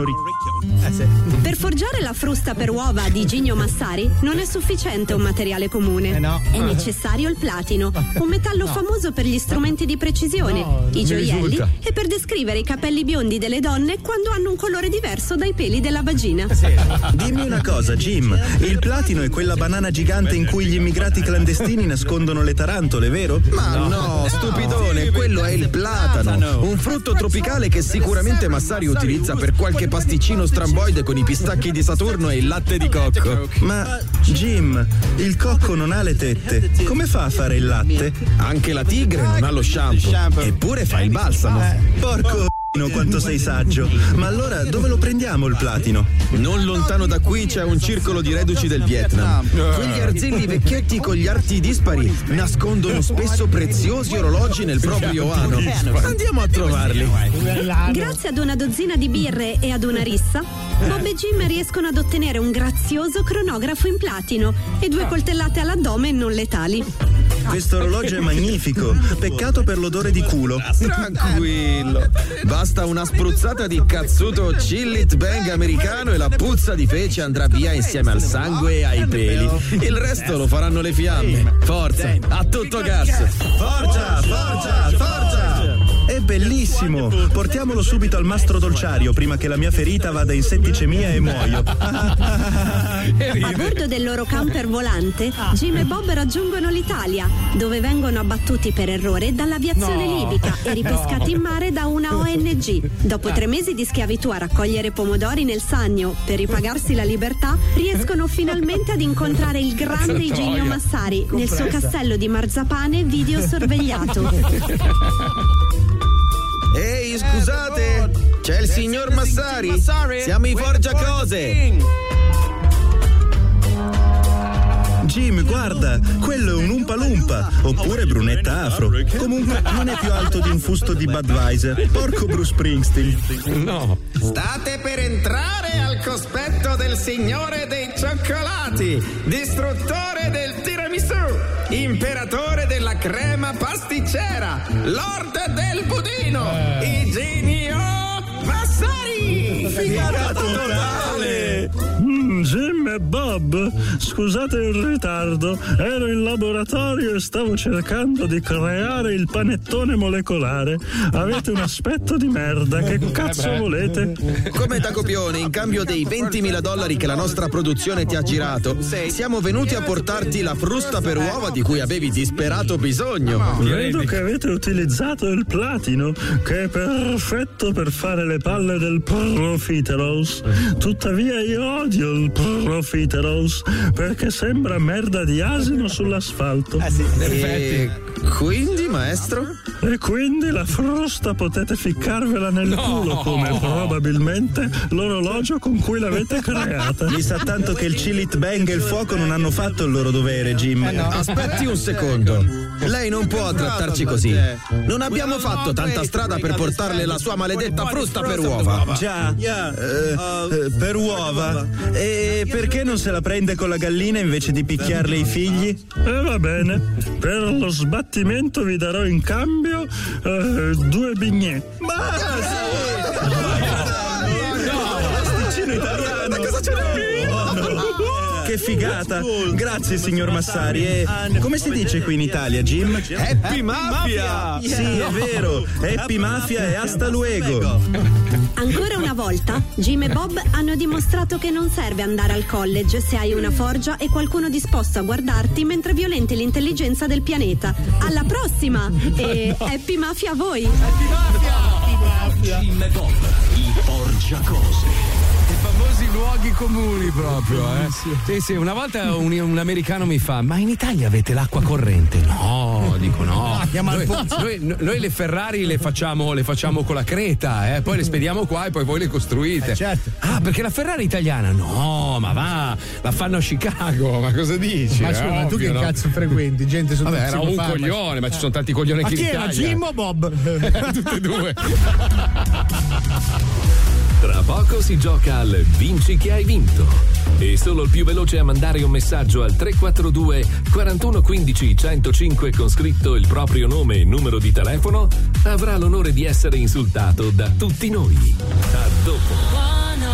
B: Per forgiare la frusta per uova di Igino Massari non è sufficiente un materiale comune. È necessario il platino, un metallo famoso per gli strumenti di precisione, i gioielli e per descrivere i capelli biondi delle donne quando hanno un colore diverso dai peli della vagina.
V: Dimmi una cosa, Jim, il platino è quella banana gigante in cui gli immigrati clandestini nascondono le tarantole, vero?
W: Ma no, stupidone, quello è il platano, un frutto tropicale che sicuramente Massari utilizza per qualche pasticcino stramboide con i pistacchi di Saturno e il latte di cocco.
V: Ma Jim, il cocco non ha le tette, come fa a fare il latte?
W: Anche la tigre non ha lo shampoo, eppure fa il balsamo.
V: Porco quanto sei saggio. Ma allora dove lo prendiamo il platino?
W: Non lontano da qui c'è un circolo di reduci del Vietnam. Quegli arzilli vecchietti con gli arti dispari nascondono spesso preziosi orologi nel proprio ano. Andiamo a trovarli.
B: Grazie ad una dozzina di birre e ad una rissa, Bob e Jim riescono ad ottenere un grazioso cronografo in platino e 2 coltellate all'addome non letali.
V: Questo orologio è magnifico, peccato per l'odore di culo.
W: Tranquillo, basta una spruzzata di cazzuto Chillit Bang americano e la puzza di fece andrà via insieme al sangue e ai peli. Il resto lo faranno le fiamme. Forza, a tutto gas.
V: Forza, forza, forza! È bellissimo! Portiamolo subito al mastro dolciario prima che la mia ferita vada in setticemia e muoio.
B: A bordo del loro camper volante, Jim e Bob raggiungono l'Italia, dove vengono abbattuti per errore dall'aviazione libica e ripescati in mare da una ONG. Dopo 3 mesi di schiavitù a raccogliere pomodori nel Sannio per ripagarsi la libertà, riescono finalmente ad incontrare il grande Igino Massari nel suo castello di marzapane videosorvegliato.
W: Ehi, scusate, c'è il signor Massari? Siamo i Forgiacose.
V: Jim, guarda, quello è un Oompa Loompa, oppure Brunetta Afro. Comunque non è più alto di un fusto di Budweiser. Porco Bruce Springsteen.
C: No.
A: State per entrare al cospetto del signore dei cioccolati, distruttore del tiramisù, imperatore della crema pasticcera, lord del budino, Iginio Massari!
V: Figata totale!
O: Jim e Bob, scusate il ritardo, ero in laboratorio e stavo cercando di creare il panettone molecolare. Avete un aspetto di merda, che cazzo volete?
W: Come da copione, in cambio dei $20.000 che la nostra produzione ti ha girato, siamo venuti a portarti la frusta per uova di cui avevi disperato bisogno.
O: Vedo che avete utilizzato il platino, che è perfetto per fare le palle del Profiteroles. Tuttavia io odio il Profiteroles perché sembra merda di asino sull'asfalto.
W: E quindi, maestro?
O: E quindi la frusta potete ficcarvela nel culo, come probabilmente l'orologio con cui l'avete creata.
V: Mi sa tanto che il Chillit Bang e il fuoco non hanno fatto il loro dovere, Jim.
W: Aspetti un secondo. Lei non può trattarci così. Non abbiamo fatto tanta strada per portarle la sua maledetta frusta per uova.
V: Già, per uova. E perché non se la prende con la gallina invece di picchiarle i figli?
O: Va bene, per lo sbattimento vi darò in cambio 2 bignè.
V: Pasticcino italiano! Cosa ce n'è? Che figata! Grazie, signor Massari. E come si dice qui in Italia, Jim?
U: Happy Mafia!
V: Sì, è vero. Happy Mafia e hasta luego.
B: Ancora una volta, Jim e Bob hanno dimostrato che non serve andare al college se hai una forgia e qualcuno disposto a guardarti mentre violenti l'intelligenza del pianeta. Alla prossima! E Happy Mafia a voi!
C: Happy Mafia!
F: Jim e Bob, i Porgiacose.
C: I famosi luoghi comuni proprio, eh? Sì, una volta un americano mi fa: ma in Italia avete l'acqua corrente? No, dico no. Noi le Ferrari le facciamo con la creta, poi le spediamo qua e poi voi le costruite.
H: Certo.
C: Ah, perché la Ferrari italiana? No, ma va, la fanno a Chicago, ma cosa dici?
H: Ma scusa, tu che cazzo frequenti? Gente sono
C: Vabbè, era un coglione, ma ci sono tanti coglioni anche in Italia.
H: Ma chi era, Jim o Bob?
C: Tutti e due.
G: Tra poco si gioca al Vinci che hai vinto. E solo il più veloce a mandare un messaggio al 342 41 15 105 con scritto il proprio nome e numero di telefono avrà l'onore di essere insultato da tutti noi. A dopo.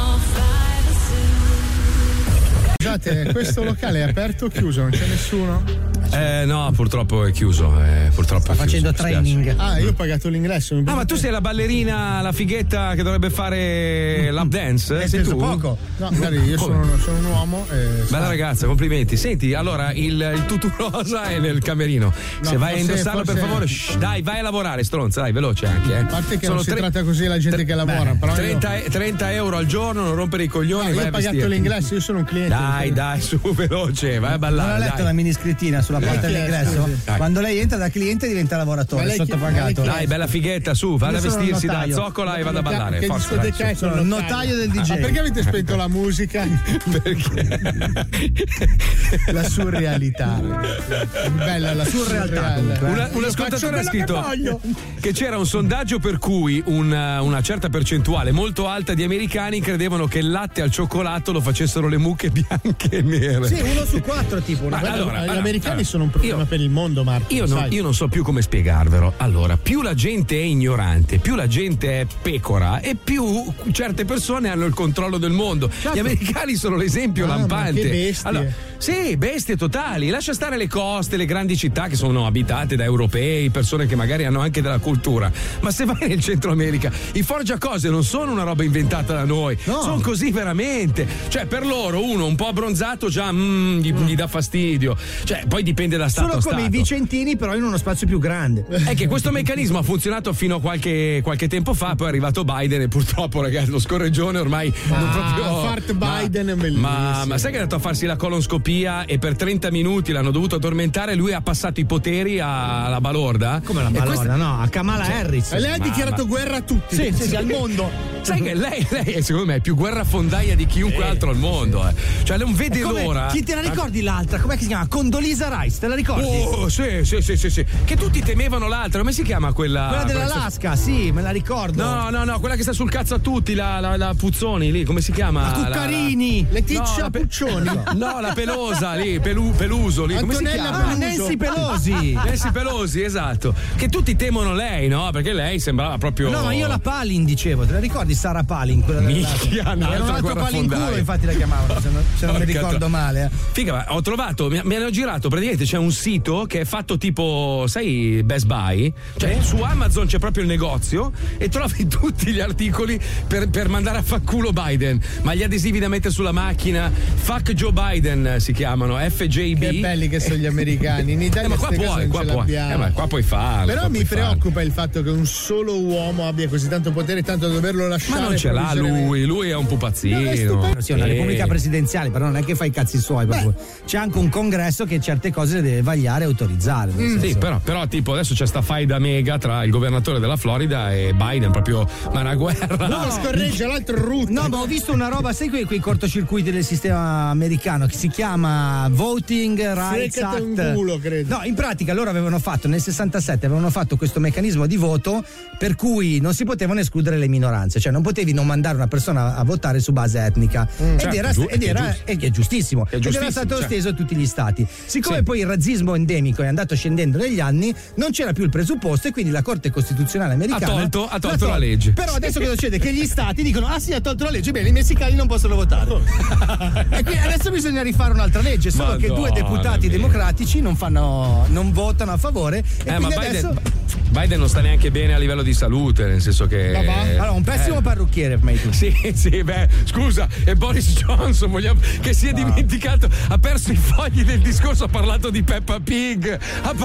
E: Scusate, questo locale è aperto o chiuso? Non c'è nessuno?
C: No, purtroppo è chiuso. Sta
M: facendo training.
E: Ah, io ho pagato l'ingresso.
C: Ma tu sei la ballerina, la fighetta che dovrebbe fare lap dance? Sei tu?
E: Poco. No, magari io sono un uomo.
C: Bella ragazza, complimenti. Senti, allora il tutù rosa è nel camerino.
E: No,
C: se vai a indossarlo, per favore, dai, vai a lavorare, stronza, dai, veloce anche.
E: A parte che non si tratta così la gente che lavora. Però
C: 30 euro al giorno, non rompere i coglioni.
E: Io
C: vai
E: ho pagato l'ingresso, io sono un cliente.
C: Dai, su, veloce, vai a ballare.
M: Non ha letto la mini scrittina sulla porta dell'ingresso? Quando lei entra da cliente diventa lavoratore, sottopagato.
C: Dai, bella fighetta, su, vada a vestirsi da zoccola e vada a ballare.
E: Che
C: Forza,
E: discoteca è?
M: Sono il notaio del DJ.
E: Ma perché avete spento la musica?
C: Perché?
E: La surrealità. Bella la surrealità.
C: Un ascoltatore ha scritto che c'era un sondaggio per cui una certa percentuale molto alta di americani credevano che il latte al cioccolato lo facessero le mucche bianche e nere.
M: Sì, 1 su 4 tipo.
E: Gli americani sono un problema per il mondo, Marco.
C: Io non so più come spiegarvelo. Allora, più la gente è ignorante, più la gente è pecora e più certe persone hanno il controllo del mondo. Certo. Gli americani sono l'esempio lampante.
E: Che bestie.
C: Allora, sì, bestie totali. Lascia stare le coste, le grandi città che sono abitate da europei, persone che magari hanno anche della cultura. Ma se vai nel Centro America, i forgiacose non sono una roba inventata da noi. No. Sono così veramente. Cioè, per loro uno un po' abbronzato già gli dà fastidio. Cioè, poi dipende da stato a stato.
M: Sono come i vicentini, però in uno spazio più grande.
C: È che questo meccanismo ha funzionato fino a qualche tempo fa, poi è arrivato Biden e purtroppo, ragazzi, lo scorreggione ormai non proprio.
E: Fart Biden è bellissimo.
C: Ma sai che è andato a farsi la colonscopia e per 30 minuti l'hanno dovuto addormentare, lui ha passato i poteri alla balorda?
M: Come la balorda? No, a Kamala Harris.
E: E lei ha dichiarato guerra a tutti.
M: Sì, al mondo.
C: Sai che lei secondo me è più guerrafondaia di chiunque altro al mondo. Cioè, non vede l'ora.
H: Chi te la ricordi l'altra? Com'è che si chiama? Condoleezza Rice, te la ricordi?
C: Oh, sì. Che tutti temevano l'altra. Come si chiama quella?
H: Quella dell'Alaska, sì, me la ricordo.
C: No, quella che sta sul cazzo a tutti, la Puzzoni lì, come si chiama?
H: La Cuccarini.
E: Letizia Puccioni.
C: No, la Pelosa lì, Peluso lì, come si chiama?
H: Nancy Pelosi.
C: Nancy Pelosi, esatto. Che tutti temono lei, no? Perché lei sembrava proprio.
H: No, ma io la Palin dicevo, te la ricordi? Sara Palin, quella
C: Minchia, no,
H: era un altro palinculo, infatti la chiamavano, se non mi ricordo male.
C: Figa, ma ho trovato, mi hanno girato, praticamente c'è un sito che è fatto tipo, sai, Best Buy? Cioè, su Amazon c'è proprio il negozio e trovi tutti gli articoli per mandare a fanculo Biden. Ma gli adesivi da mettere sulla macchina, Fuck Joe Biden si chiamano, FJB.
E: Che belli che sono gli americani. In Italia
C: ma qua puoi farlo.
E: Però mi preoccupa il fatto che un solo uomo abbia così tanto potere, tanto da doverlo lasciare.
C: Ma non ce l'ha lui è un pupazzino.
H: Sì, è una repubblica presidenziale, però non è che fa i cazzi suoi. C'è anche un congresso che certe cose le deve vagliare e autorizzare.
C: Sì, però tipo adesso c'è sta faida mega tra il governatore della Florida e Biden, proprio una guerra.
E: No, scorreggia l'altro root.
H: No, ma ho visto una roba, sai quei cortocircuiti del sistema americano che si chiama Voting Rights Act.
E: Un culo, credo.
H: No, in pratica loro avevano fatto nel 67 questo meccanismo di voto per cui non si potevano escludere le minoranze, cioè non potevi non mandare una persona a votare su base etnica. È giustissimo. Ed era stato esteso a tutti gli stati. Siccome poi il razzismo endemico è andato scendendo negli anni, non c'era più il presupposto e quindi la Corte Costituzionale americana
C: ha tolto la legge.
H: Però adesso cosa succede? Che gli stati dicono: ah sì, ha tolto la legge, bene, i messicani non possono votare. E quindi adesso bisogna rifare un'altra legge, solo che 2 deputati democratici non votano a favore. E
C: ma
H: adesso
C: Biden non sta neanche bene a livello di salute, nel senso che
H: allora, un pessimo parrucchiere per me.
C: Sì, scusa, e Boris Johnson che si è dimenticato, ha perso i fogli del discorso, ha parlato di Peppa Pig.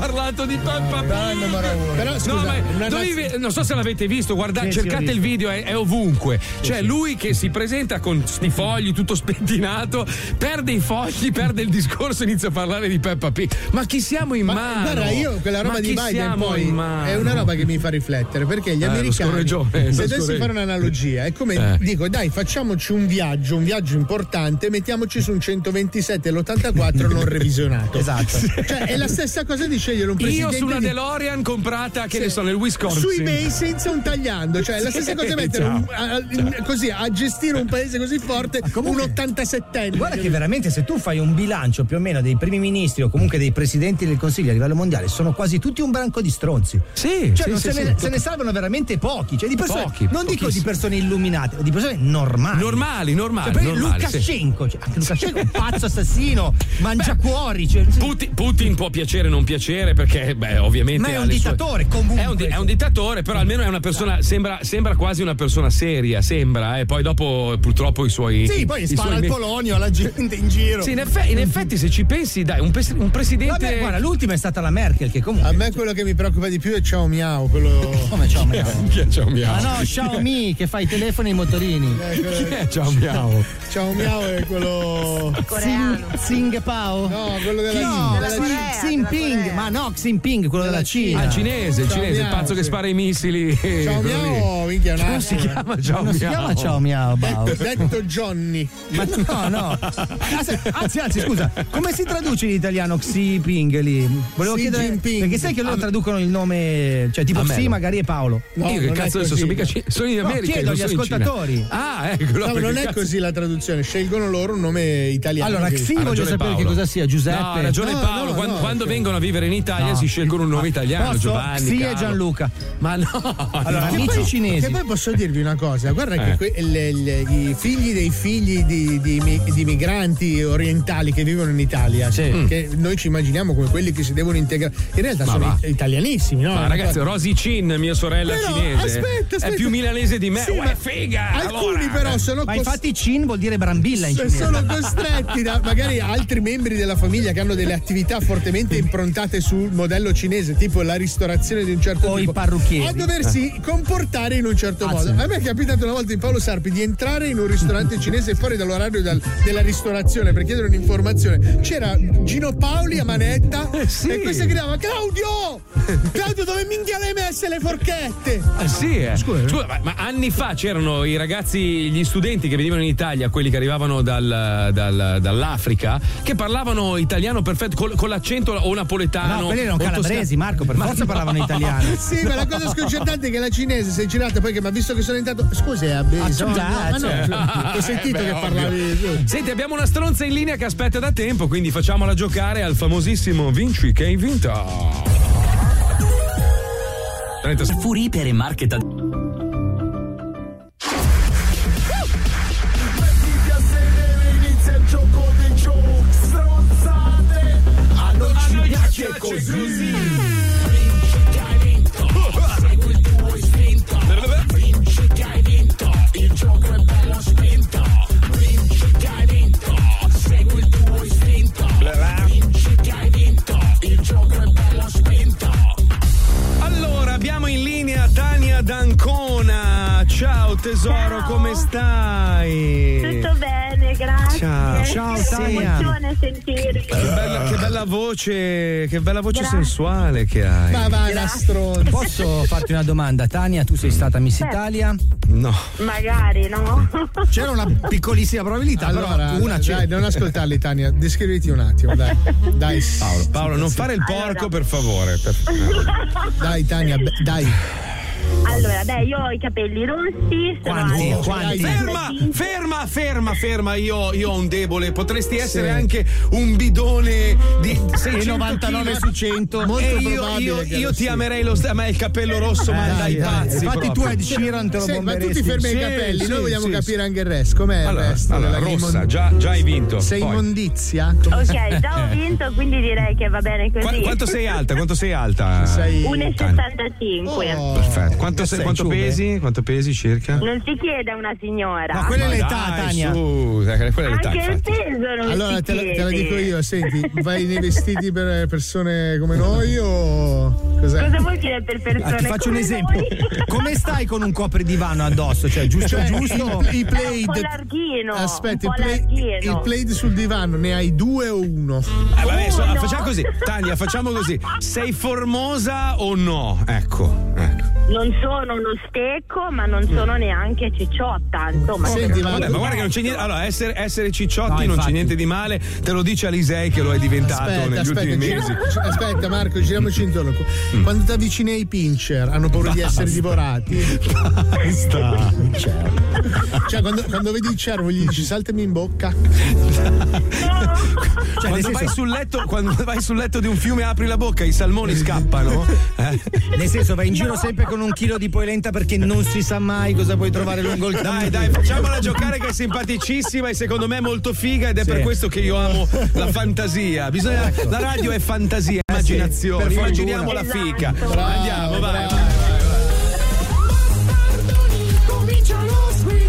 E: Però scusa,
C: non so se l'avete visto, guardate, cercate il video, è ovunque. Cioè lui che si presenta con sti fogli tutto spettinato, perde i fogli, perde il discorso, inizia a parlare di Peppa Pig. Ma chi siamo in mano?
E: Guarda, io quella roba di Biden poi è una roba che mi fa riflettere, perché gli americani, se dovessi fare un'analogia, è come dico, dai, facciamoci un viaggio importante, mettiamoci su un 127 l'84 non revisionato.
H: Esatto.
E: Cioè è la stessa cosa di scegliere un presidente.
C: Io su una DeLorean comprata, che ne so, nel Wisconsin.
E: Su eBay senza un tagliando, cioè è la stessa cosa mettere così a gestire un paese così forte, un 87enne.
H: Guarda che veramente se tu fai un bilancio più o meno dei primi ministri o comunque dei presidenti del Consiglio a livello mondiale, sono quasi tutti un branco di stronzi.
C: Sì,
H: cioè se ne salvano veramente pochi, cioè di persone, non dico di persone illuminate, di persone normali.
C: Cioè,
H: Lukashenko, anche Lukashenko è un pazzo assassino, mangiacuori. Cioè,
C: Putin può piacere o non piacere perché ovviamente
H: ma è un dittatore comunque.
C: È un dittatore, però almeno è una persona, sembra quasi una persona seria, e poi dopo purtroppo i suoi.
H: Sì, poi spara al Polonio alla gente in giro.
C: Sì, in effetti se ci pensi, dai, un presidente.
H: Vabbè, guarda, l'ultima è stata la Merkel, che comunque.
E: A me quello che mi preoccupa di più è Ciao Miao, quello.
H: Come Ciao Miao?
C: Chi è Ciao Miao?
H: Ah no, Xiaomi che fa i telefoni e i motorini.
C: Chi è Ciao Miao?
E: Ciao Miao è quello
M: Xing Pao?
E: No, quello della
M: Cina.
H: Xi Jinping, ma no, Xi Jinping, quello della Cina.
C: Ah, il cinese, il pazzo che spara i missili.
E: Ciao Miao, minchia,
C: non si chiama Ciao Miao.
H: Non si chiama Ciao Miao,
E: detto Johnny.
H: Ma no. Anzi, scusa, come si traduce in italiano Xi Jinping lì? Volevo chiedere,
E: Jinping.
H: perché sai che loro traducono il nome, cioè tipo Xi magari e Paolo.
E: No,
C: io che cazzo adesso sono in America.
H: Chiedo agli ascoltatori.
C: Ah, ecco.
E: No, non è così la traduzione, scelgono loro un nome italiano.
H: Allora, Xi voglio sapere che cosa sia, Giuseppe.
C: No, ha ragione Paolo, quando vengono a vivere in Italia si scelgono un nome italiano, Giovanni.
H: Xi e Gianluca.
C: Ma no.
H: Allora, amici cinesi.
E: Che poi posso dirvi una cosa, guarda che i figli dei figli di migranti orientali che vivono in Italia, che noi ci immaginiamo come quelli che si devono integrare, in realtà sono italianissimi, no?
C: Ma ragazzi, Rosy Chin, mia sorella cinese,
E: aspetta.
C: è più milanese di me.
E: Sì,
C: figa!
E: Alcuni però sono
H: ma infatti Chin vuol dire brambilla in cinese.
E: Sono costretti da magari altri membri della famiglia che hanno delle attività fortemente improntate sul modello cinese, tipo la ristorazione di un certo tipo,
H: i parrucchieri,
E: a doversi comportare in un certo modo. A me è capitato una volta in Paolo Sarpi di entrare in un ristorante cinese fuori dall'orario della ristorazione per chiedere un'informazione. C'era Gino Paoli a manetta e questo gridava: Claudio, dove minchia le hai messe le forchette?
C: Scusa, ma anni fa c'erano i ragazzi, gli studenti che venivano in Italia, quelli che arrivavano dall'Africa che parlavano italiano perfetto con l'accento o napoletano.
H: No, quelli erano calabresi, Marco, per forza parlavano italiano.
E: Sì, ma la cosa sconcertante è che la cinese si è girata poi che mi ha visto che sono entrato. Scusi, ho sentito che parlavi.
C: Senti, abbiamo una stronza in linea che aspetta da tempo, quindi facciamola giocare al famosissimo Vinci che hai vinto.
F: Furiper e Market.
Q: Inizia il gioco dei giochi, stronzate. A noi ci piace così. Vinci che hai vinto. Segui il tuo istinto. Vinci che hai vinto. Il gioco è bello spinto. Vinci che hai vinto. Segui il tuo istinto. Vinci che hai vinto. Il gioco è bello spinto.
C: Allora, abbiamo in linea Tania d'Ancona. Ciao tesoro, come stai?
I: Tutto bene, grazie.
C: Ciao Tania.
I: Che emozione sentirti.
C: Che bella voce sensuale che hai.
E: Ma va, la stronza.
H: Posso farti una domanda, Tania? Tu sei stata Miss Italia?
C: No.
I: Magari, no?
H: C'era una piccolissima probabilità,
E: allora,
H: però una c'è.
E: Dai, non ascoltarli, Tania. Descriviti un attimo, dai.
C: Paolo, non fare il porco, per favore.
E: Dai, Tania, dai.
I: Allora, io ho i capelli rossi.
C: Quanti? Ferma. Io ho un debole. Potresti essere anche un bidone di
H: 699 su 100.
E: Molto probabile.
C: Io ti amerei a me il capello rosso, ma dai pazzi.
H: Infatti tu Ed Sheeran te lo bomberesti.
E: Ma tu ti fermi ai capelli, noi vogliamo capire anche il resto. Com'è il resto?
C: Allora, rossa, già hai vinto.
E: Sei immondizia?
I: Ok, già ho vinto, quindi direi che va bene così.
C: Quanto sei alta?
I: 1,65.
C: Perfetto. Quanto pesi circa?
I: Non si chiede a una signora.
H: Ma quella è l'età, Tania.
C: Quella è l'età.
I: Anche il peso non
E: allora
I: si chiede.
E: Te la dico io, senti, vai nei vestiti per persone come noi o cos'è?
I: Cosa vuol dire per persone
H: ti faccio un esempio.
I: Noi?
H: Come stai con un copridivano addosso? Cioè, giusto?
E: I plaid.
I: Un po' larghino.
E: Aspetta, il plaid sul divano, ne hai 2 o 1?
C: Vabbè, facciamo così. Tania, facciamo così. Sei formosa o no? Ecco.
I: Non sono uno stecco, ma non sono neanche cicciotta. Insomma,
E: senti,
C: ma guarda che non c'è niente. Allora, essere cicciotti non c'è niente di male. Te lo dice Alisei che lo è diventato negli ultimi mesi.
E: Aspetta, Marco, giriamoci intorno. Quando ti avvicini ai pincher, hanno paura di essere divorati.
H: Basta.
E: Cioè, quando vedi il cervo, gli dici saltami in bocca.
C: Cioè, quando vai sul letto di un fiume, apri la bocca, i salmoni scappano.
H: Nel senso, vai in giro sempre con un chilo di polenta perché non si sa mai cosa puoi trovare lungo il cammino.
C: Dai, facciamola giocare che è simpaticissima e secondo me molto figa ed è per questo che io amo la fantasia. La radio è fantasia, immaginazione. Immaginiamo la fica. Andiamo, vai.
Q: Comincia lo squiz.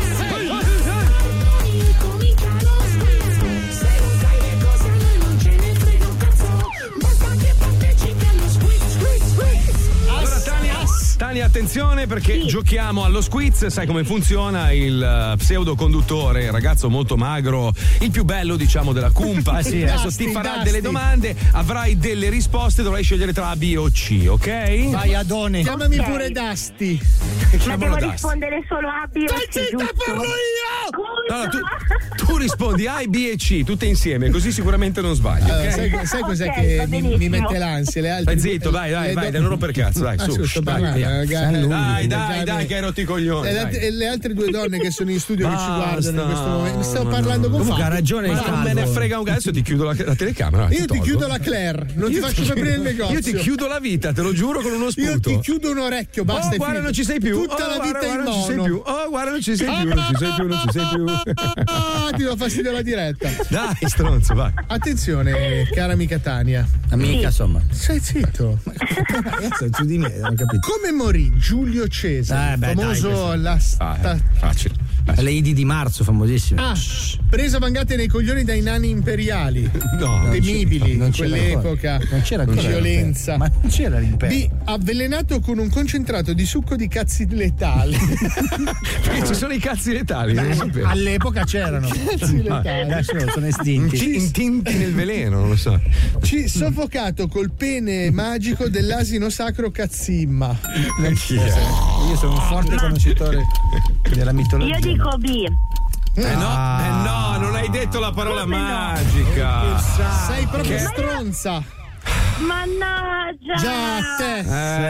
Q: Se non sai le cose a noi non ce ne frega un cazzo. Basta che partecipi allo squiz.
C: Allora Tania, attenzione perché giochiamo allo squiz. Sai come funziona? Il pseudo conduttore, il ragazzo molto magro, il più bello diciamo della cumpa. Adesso ti farà delle domande, avrai delle risposte, dovrai scegliere tra A, B o C, ok?
H: Vai Adone.
E: Chiamami pure Dusty.
I: Ma devo rispondere solo A, B o C, giusto?
E: Parlo io!
C: No, tu rispondi A, B e C tutte insieme, così sicuramente non sbagli.
E: Allora,
C: Okay?
E: sai cos'è che mi mette l'ansia? Le altre,
C: Stai zitto, vai, non rompere cazzo, dai, su. Dai, che hai rotto i coglioni.
E: Le altre 2 donne che sono in studio che ci guardano in questo momento. Mi stavo parlando con
H: Comunque
E: Fabio.
H: ha ragione.
C: Ma non me ne frega un cazzo, adesso ti chiudo la telecamera.
E: Io ti chiudo la Claire, non ti faccio aprire il negozio.
C: Io ti chiudo la vita, te lo giuro con uno sputo.
E: Io ti chiudo un orecchio, basta.
C: Guarda, non ci sei più.
E: Tutta la vita in
C: non ci sei
E: mono.
C: più. Guarda, non ci sei più.
E: Ti do fastidio alla diretta.
C: Dai, stronzo, vai.
E: Attenzione, cara amica Tania.
H: Amica, insomma.
E: Stai zitto.
H: Adesso giù di me, non ho capito.
E: Come morì Giulio Cesare, famoso
C: facile.
H: Le Idi di marzo, famosissime.
E: Presa vangate nei coglioni dai nani imperiali. Temibili in quell'epoca.
H: Non c'era
E: violenza.
H: Ma non c'era l'impero.
E: B. Avvelenato con un concentrato di succo di cazzi letali.
C: Perché ci sono i cazzi letali?
H: All'epoca c'erano.
E: Cazzi letali.
H: Adesso sono estinti.
C: Intinti nel veleno, non lo so.
E: C. Soffocato col pene magico dell'asino sacro Cazzimma.
H: Io sono un forte conoscitore della mitologia.
I: Io dico B.
C: No, non hai hai detto la parola magica.
E: Sei proprio stronza.
I: Mannaggia!
E: Già te!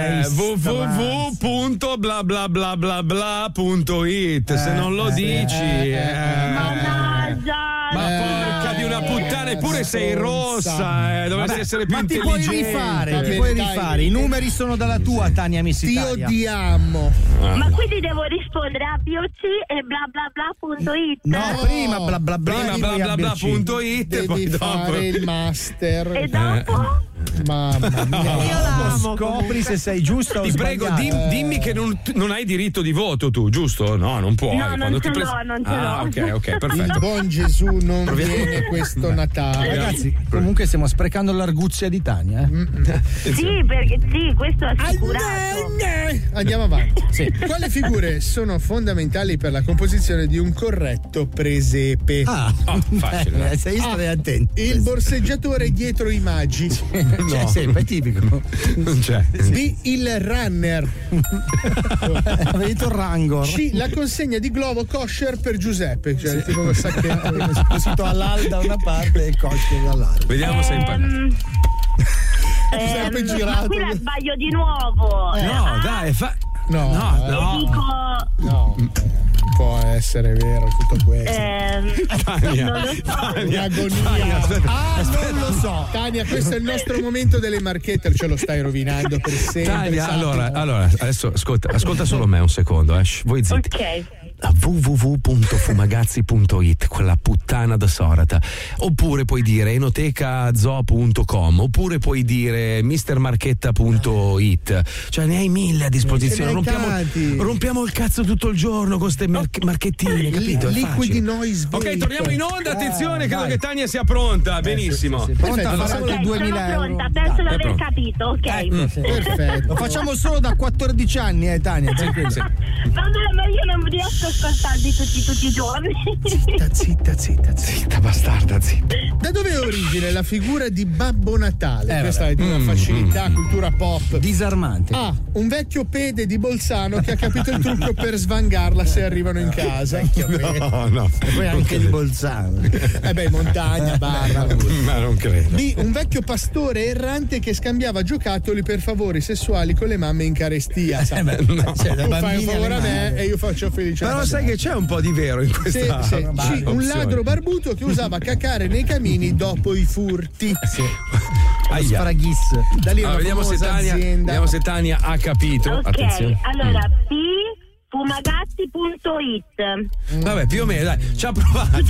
C: www.blablablablabla.it. Se non lo dici,
I: Mannaggia!
C: ma porca di una puttana, eppure sei rossa, dovresti essere più intelligente.
H: Ti puoi rifare. I numeri sono dalla tua, Tania Miss Italia.
E: Ti odiamo.
I: Ma quindi devo rispondere a BOC e bla bla bla.it?
H: No, prima bla bla bla.
C: Prima bla bla bla.it,
E: devi
C: poi
E: fare il master.
I: E dopo?
E: Mamma mia.
H: Io l'amo. Scopri se sei giusto o
C: ti prego, dimmi che non hai diritto di voto tu, giusto? No, non puoi.
I: No, non ce l'ho, non ce l'ho.
C: Ok, perfetto.
E: Il buon Gesù non viene questo Natale.
H: Ragazzi, comunque stiamo sprecando l'arguzia di Tania.
I: Sì, perché sì, questo è assicurato.
E: Andiamo avanti. Sì. Quali figure sono fondamentali per la composizione di un corretto presepe?
C: Facile.
H: Stai attento.
E: Il borseggiatore dietro i magi.
H: No. Sempre tipico.
C: Non c'è.
E: B. Il runner.
H: Avevi detto Rangor.
E: C. La consegna di Glovo kosher per Giuseppe. Cioè il tipo col sacchetto.
H: Cosito all'al da una parte e kosher dall'altra.
C: Vediamo se impari.
E: Sempre
I: Ma
E: girato.
I: qui la sbaglio di nuovo.
C: No, dai,
E: No.
I: Dico.
E: No. Può essere vero tutto questo.
C: Tania,
I: non lo so.
E: Un'agonia.
C: Non
E: lo so. Tania, questo è il nostro momento delle marchette, ce lo stai rovinando per sempre.
C: Tania, allora, adesso ascolta solo me un secondo, voi zitti.
I: Ok.
C: www.fumagazzi.it, quella puttana da Sorata, oppure puoi dire enotecazoo.com, oppure puoi dire mistermarchetta.it, cioè ne hai mille a disposizione. Rompiamo il cazzo tutto il giorno con queste marchettine, capito?
E: Liquidi noise.
C: Ok, torniamo in onda, attenzione, credo che Tania sia pronta. Benissimo.
H: Pronta,
I: Sono pronta, penso di aver capito, ok.
E: Perfetto.
H: Lo facciamo solo da 14 anni, Tania.
I: Vabbè, ma io non riesco a ascoltarli tutti i giorni.
C: Zitta, bastarda, zitta.
E: Da dove ha origine la figura di Babbo Natale? Questa è di una facilità, cultura pop.
H: Disarmante.
E: A. Un vecchio pede di Bolzano che ha capito il trucco per svangarla se arrivano in casa.
C: No.
H: E poi anche di Bolzano.
E: Montagna, barra.
C: Ma non credo.
E: B. Un vecchio pastore errante che scambiava giocattoli per favori sessuali con le mamme in carestia. Tu fai un favore a me e io faccio felice.
C: Però sai che c'è un po' di vero in questa.
E: Sì. Un ladro barbuto che usava cacare nei camini dopo i furti.
H: Sfraghis.
E: Da lì
C: vediamo se Tania ha capito.
I: Ok,
C: Attenzione.
I: allora B. Fumagazzi.it.
C: Vabbè, più o meno, dai, ci ha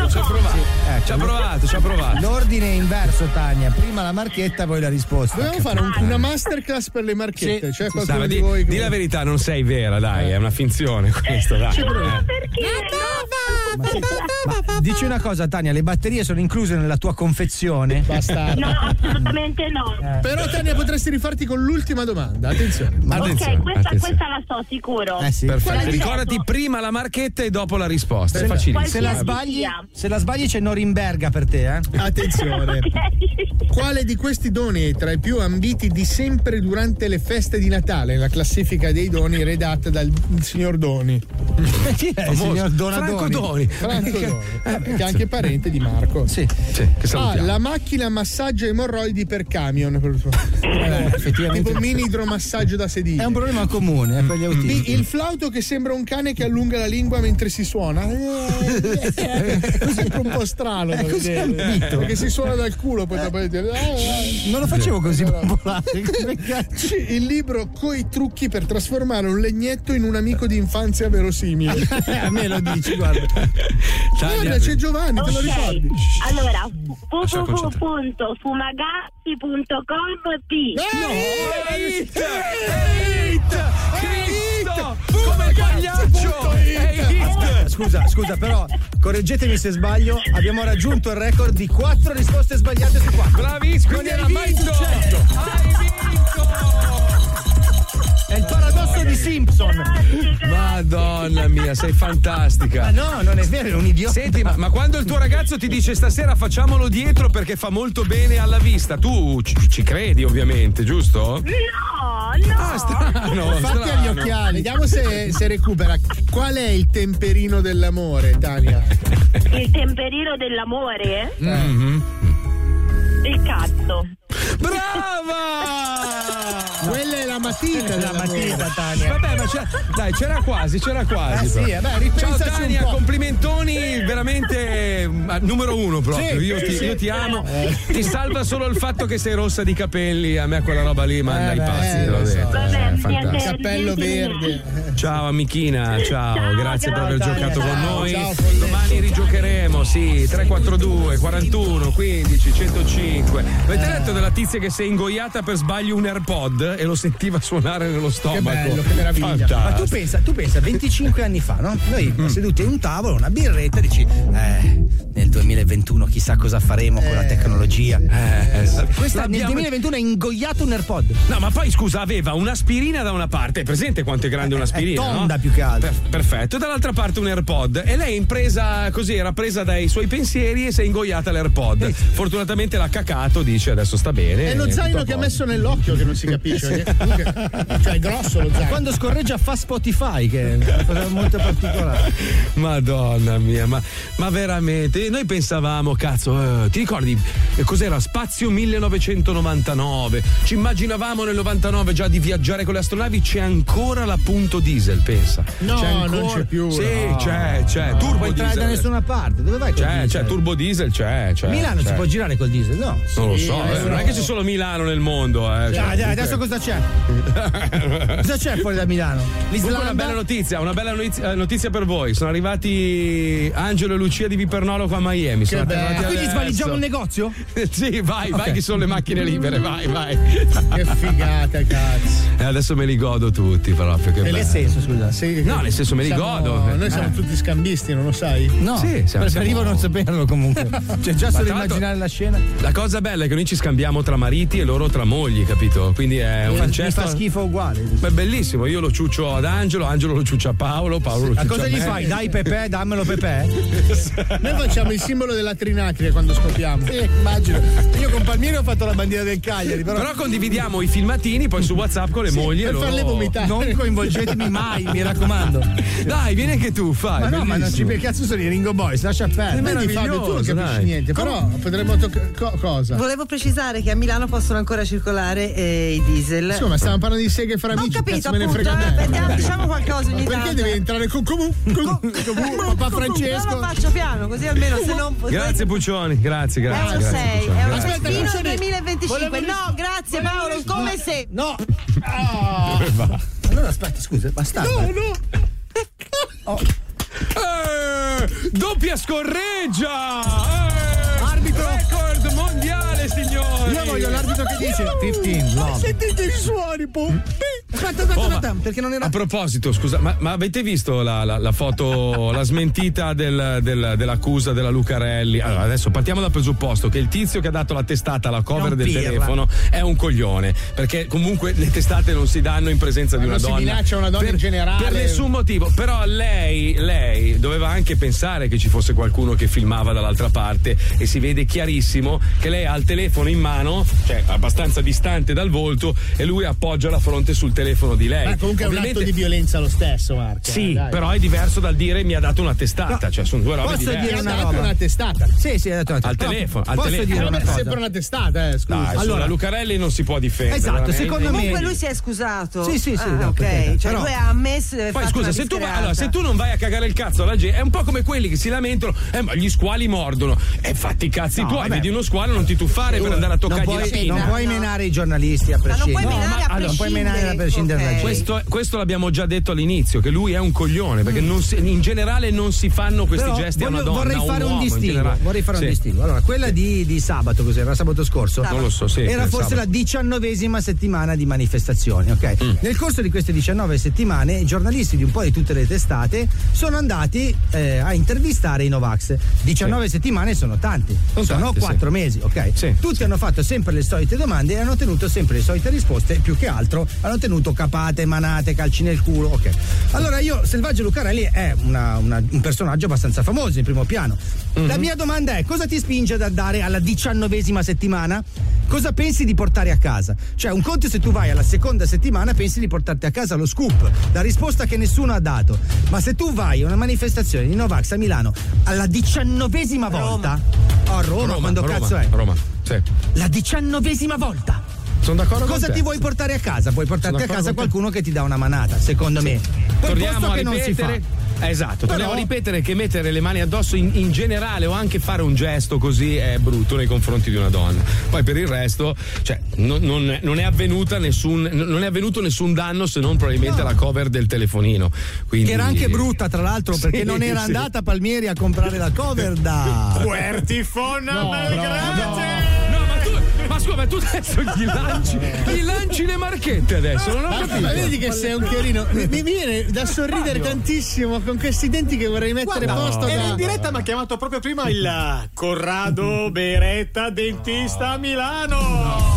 C: provato.
H: L'ordine è inverso, Tania. Prima la marchetta, poi la risposta.
E: Dobbiamo fare una masterclass per le marchette. Cioè qualcuno di
C: di
E: voi.
C: Di la verità, non sei vera, dai, è una finzione questa, dai.
H: Dici una cosa, Tania, le batterie sono incluse nella tua confezione?
E: Bastardo.
I: No, assolutamente no.
E: Però Tania, potresti rifarti con l'ultima domanda. Attenzione.
I: Ok, questa la so sicuro.
H: Sì.
C: Perfetto. Ricordati prima la marchetta e dopo la risposta. È facilissimo.
H: Se la sbagli c'è Norimberga per te,
E: Attenzione.
I: Okay.
E: Quale di questi doni è tra i più ambiti di sempre durante le feste di Natale? La classifica dei doni redatta dal signor Doni.
H: Chi è il signor Donadoni?
E: Franco Doni. Che è anche parente di Marco.
H: Sì.
C: Che salutiamo.
E: La macchina massaggio emorroidi per camion.
H: Effettivamente.
E: Tipo mini idromassaggio da sedile.
H: È un problema comune per gli autisti.
E: B. Il flauto che sembra un cane che allunga la lingua mentre si suona. Così è un po' strano da vedere. Perché si suona dal culo, poi dire.
H: Non lo facevo così popolare.
E: Il libro coi trucchi per trasformare un legnetto in un amico di infanzia verosimile.
H: A me lo dici, guarda.
E: Guarda, c'è Giovanni, te lo ricordi?
I: Allora, www.fumagazzi.com e P.
C: Cristo! Come il pagliaccio!
H: Scusa, però correggetemi se sbaglio, abbiamo raggiunto il record di 4 risposte sbagliate su 4.
C: Bravissimo!
H: Non era mai successo.
C: Hai vinto!
H: È il paradosso di Simpson.
C: Madonna mia, sei fantastica.
H: Ma no, non è vero, è un idiota.
C: Senti, ma quando il tuo ragazzo ti dice stasera facciamolo dietro perché fa molto bene alla vista, tu ci credi ovviamente, giusto?
I: No.
C: Ah, strano.
E: Fatti agli occhiali, vediamo se recupera. Qual è il temperino dell'amore, Tania?
I: Il temperino dell'amore?
C: Mm-hmm.
I: Il cazzo.
C: Brava!
E: Quella è la matita, Tania.
C: Vabbè, ma c'era quasi.
E: Sì,
C: Ciao Tania, complimentoni, veramente numero uno proprio.
E: Sì,
C: io ti amo. Ti salva solo il fatto che sei rossa di capelli. A me quella roba lì manda i pazzi, te l'ho detto.
E: Fantastico. Cappello verde.
C: Ciao amichina, ciao, grazie per aver giocato con noi.
E: Ciao,
C: domani rigiocheremo, sì, 342 41 15 105. Avete letto della tizia che si è ingoiata per sbaglio un AirPod e lo sentiva suonare nello stomaco?
E: Che bello, che meraviglia.
C: Fantastico.
H: Ma tu pensa 25 anni fa, no? Noi seduti a un tavolo, una birretta, dici nel 2021 chissà cosa faremo con la tecnologia. Questa nel 2021 ha ingoiato un AirPod.
C: No, ma poi scusa, aveva un'aspirina da una parte, è presente quanto è grande un'aspirina?
H: Tonda,
C: no?
H: più che altro.
C: Perfetto, e dall'altra parte un AirPod. E lei era presa dai suoi pensieri e si è ingoiata l'AirPod. Fortunatamente l'ha cacato, dice adesso sta bene.
E: È lo zaino che ha messo nell'occhio che non si capisce. Cioè è grosso lo zaino.
H: Quando scorreggia fa Spotify, che è una cosa molto particolare.
C: Madonna mia, ma veramente noi pensavamo, cazzo, ti ricordi cos'era Spazio 1999? Ci immaginavamo nel 99 già di viaggiare con le astronavi. C'è ancora la punto diesel, pensa.
E: No, non c'è più.
C: Sì,
E: no.
C: c'è turbo
H: puoi entrare
C: diesel
H: da nessuna parte. Dove vai col diesel?
C: C'è turbo diesel, c'è.
H: Milano si può girare col diesel? No.
C: Non lo so, non è che c'è solo Milano nel mondo,
H: Dai, adesso cosa c'è? Cosa c'è fuori da Milano?
C: L'Islanda? Una bella notizia per voi. Sono arrivati Angelo e Lucia di Vipernolo qua a Miami. Sono arrivati
H: quindi svaligiamo il negozio?
C: Sì, vai, che sono le macchine libere, vai.
E: Che figata, cazzo.
C: E adesso me li godo tutti proprio. Che
H: e nel senso, scusa?
E: Sì,
C: no, nel senso me li godo.
E: Noi siamo tutti scambisti, non lo sai?
H: No,
C: sì,
H: preferivo non saperlo comunque. Cioè, già solo immaginare la scena.
C: La cosa bella è che noi ci scambiamo tra mariti e loro tra mogli, capito? Quindi è un concesto.
H: Mi fa schifo uguale.
C: Beh, bellissimo. Io lo ciuccio ad Angelo lo ciuccia a Paolo lo ciuccia a me.
H: Cosa gli fai? Dai Pepe, dammelo Pepe.
E: Noi facciamo il simbolo della trinacria quando scopriamo.
H: Immagino. Io con Palmieri ho fatto la bandiera del Cagliari.
C: Però condividiamo i filmatini poi su WhatsApp con le mogli
E: per
C: e loro.
E: farle vomitare.
H: Non coinvolgetemi mai, mi raccomando.
C: Dai, vieni anche tu, fai.
H: Ma no, ma non ci per cazzo sono i Ringo Boys, lascia perdere.
E: Vedi Fabio, tu non capisci niente. Però potremmo cosa?
D: Volevo precisare che a Milano possono ancora circolare i diesel.
E: Insomma, stiamo parlando di seghe fra amici.
D: Ho capito,
E: me ne frega me.
D: Diciamo qualcosa ogni tanto.
E: Perché devi entrare con papà Francesco?
D: Io lo faccio piano, così almeno se non.
C: Grazie Puccioni, grazie.
D: È un 6, è un
E: Aspetta,
D: fino 2025. No, grazie Paolo, come se.
E: No.
H: Allora aspetta, scusa, basta.
E: No.
C: Doppia scorreggia! Arbitro! Record mondiale, signori!
H: Io voglio l'arbitro che dice 15, love.
E: Sentite i suoni,
H: Aspetta, perché non era.
C: A proposito, scusa, ma avete visto la foto, la smentita dell'accusa della Lucarelli? Allora, adesso partiamo dal presupposto che il tizio che ha dato la testata alla cover del telefono è un coglione, perché comunque le testate non si danno in presenza di una donna.
E: Non si minaccia una donna in generale.
C: Per nessun motivo, però lei doveva anche pensare che ci fosse qualcuno che filmava dall'altra parte e si vede chiarissimo che lei ha il telefono in mano, cioè abbastanza distante dal volto, e lui appoggia la fronte sul telefono di lei.
E: Ma comunque ovviamente è un atto di violenza lo stesso, Marco.
C: Sì, però è diverso dal dire mi ha dato una testata,
H: no,
C: cioè sono due robe diverse.
H: Posso dire
E: una roba? Una testata.
H: Sì, ha dato una testata.
C: Al telefono.
H: Posso dire una cosa?
E: Sempre una testata, scusa.
C: Dai, allora Lucarelli non si può difendere.
H: Esatto,
C: veramente.
H: secondo me.
D: Comunque lui si è scusato.
H: Sì,
D: ok. Cioè lui ha ammesso di aver
C: poi
D: fatto
C: scusa, se tu non vai a cagare il cazzo alla gente, è un po' come quelli che si lamentano, ma gli squali mordono. E fatti i cazzi tuoi, vedi uno squalo, non ti tuffare per andare a toccargli la pinna.
H: Non puoi menare i giornalisti a prescindere.
D: Non puoi menare
H: a prescindere da
C: questo l'abbiamo già detto all'inizio, che lui è un coglione, perché in generale non si fanno questi gesti a una donna.
H: Vorrei fare un distinguo. Allora, quella di sabato, cos'era? Sabato scorso?
C: Non lo so, sì.
H: Era forse la 19ª settimana di manifestazioni, ok? Nel corso di queste 19 settimane i giornalisti di un po' di tutte le testate sono andati a intervistare i Novax. 19 settimane sono tanti, sono 4 mesi, ok?
C: Sì,
H: tutti hanno fatto sempre le solite domande e hanno ottenuto sempre le solite risposte, più che altro hanno ottenuto capate, manate, calci nel culo. Ok. Allora Selvaggio Lucarelli è un personaggio abbastanza famoso in primo piano. La mia domanda è: cosa ti spinge ad andare alla 19ª settimana? Cosa pensi di portare a casa? Cioè, un conto se tu vai alla seconda settimana pensi di portarti a casa lo scoop, la risposta che nessuno ha dato. Ma se tu vai a una manifestazione di Novax a Milano alla 19ª volta, a Roma, quando cazzo è?
C: Roma, sì.
H: La 19ª volta.
C: Sono d'accordo con
H: Cosa
C: te.
H: ti vuoi portare a casa? Puoi portarti a casa qualcuno che ti dà una manata, secondo me. Poi
C: Torniamo a
H: che non si fa.
C: ripetere. Esatto, torniamo a ripetere che mettere le mani addosso in generale o anche fare un gesto così è brutto nei confronti di una donna. Poi per il resto, cioè, non è avvenuto nessun danno se non probabilmente la cover del telefonino. Quindi...
H: Che era anche brutta, tra l'altro, perché non era andata Palmieri a comprare la cover da
E: Puertifona Belgrade.
C: Ma scusa, ma tu adesso gli lanci le marchette adesso, non ho capito.
E: Ma vedi che sei un carino. Mi viene da sorridere tantissimo con questi denti che vorrei mettere posto.
J: Era in diretta, mi ha chiamato proprio prima il Corrado Beretta dentista a Milano.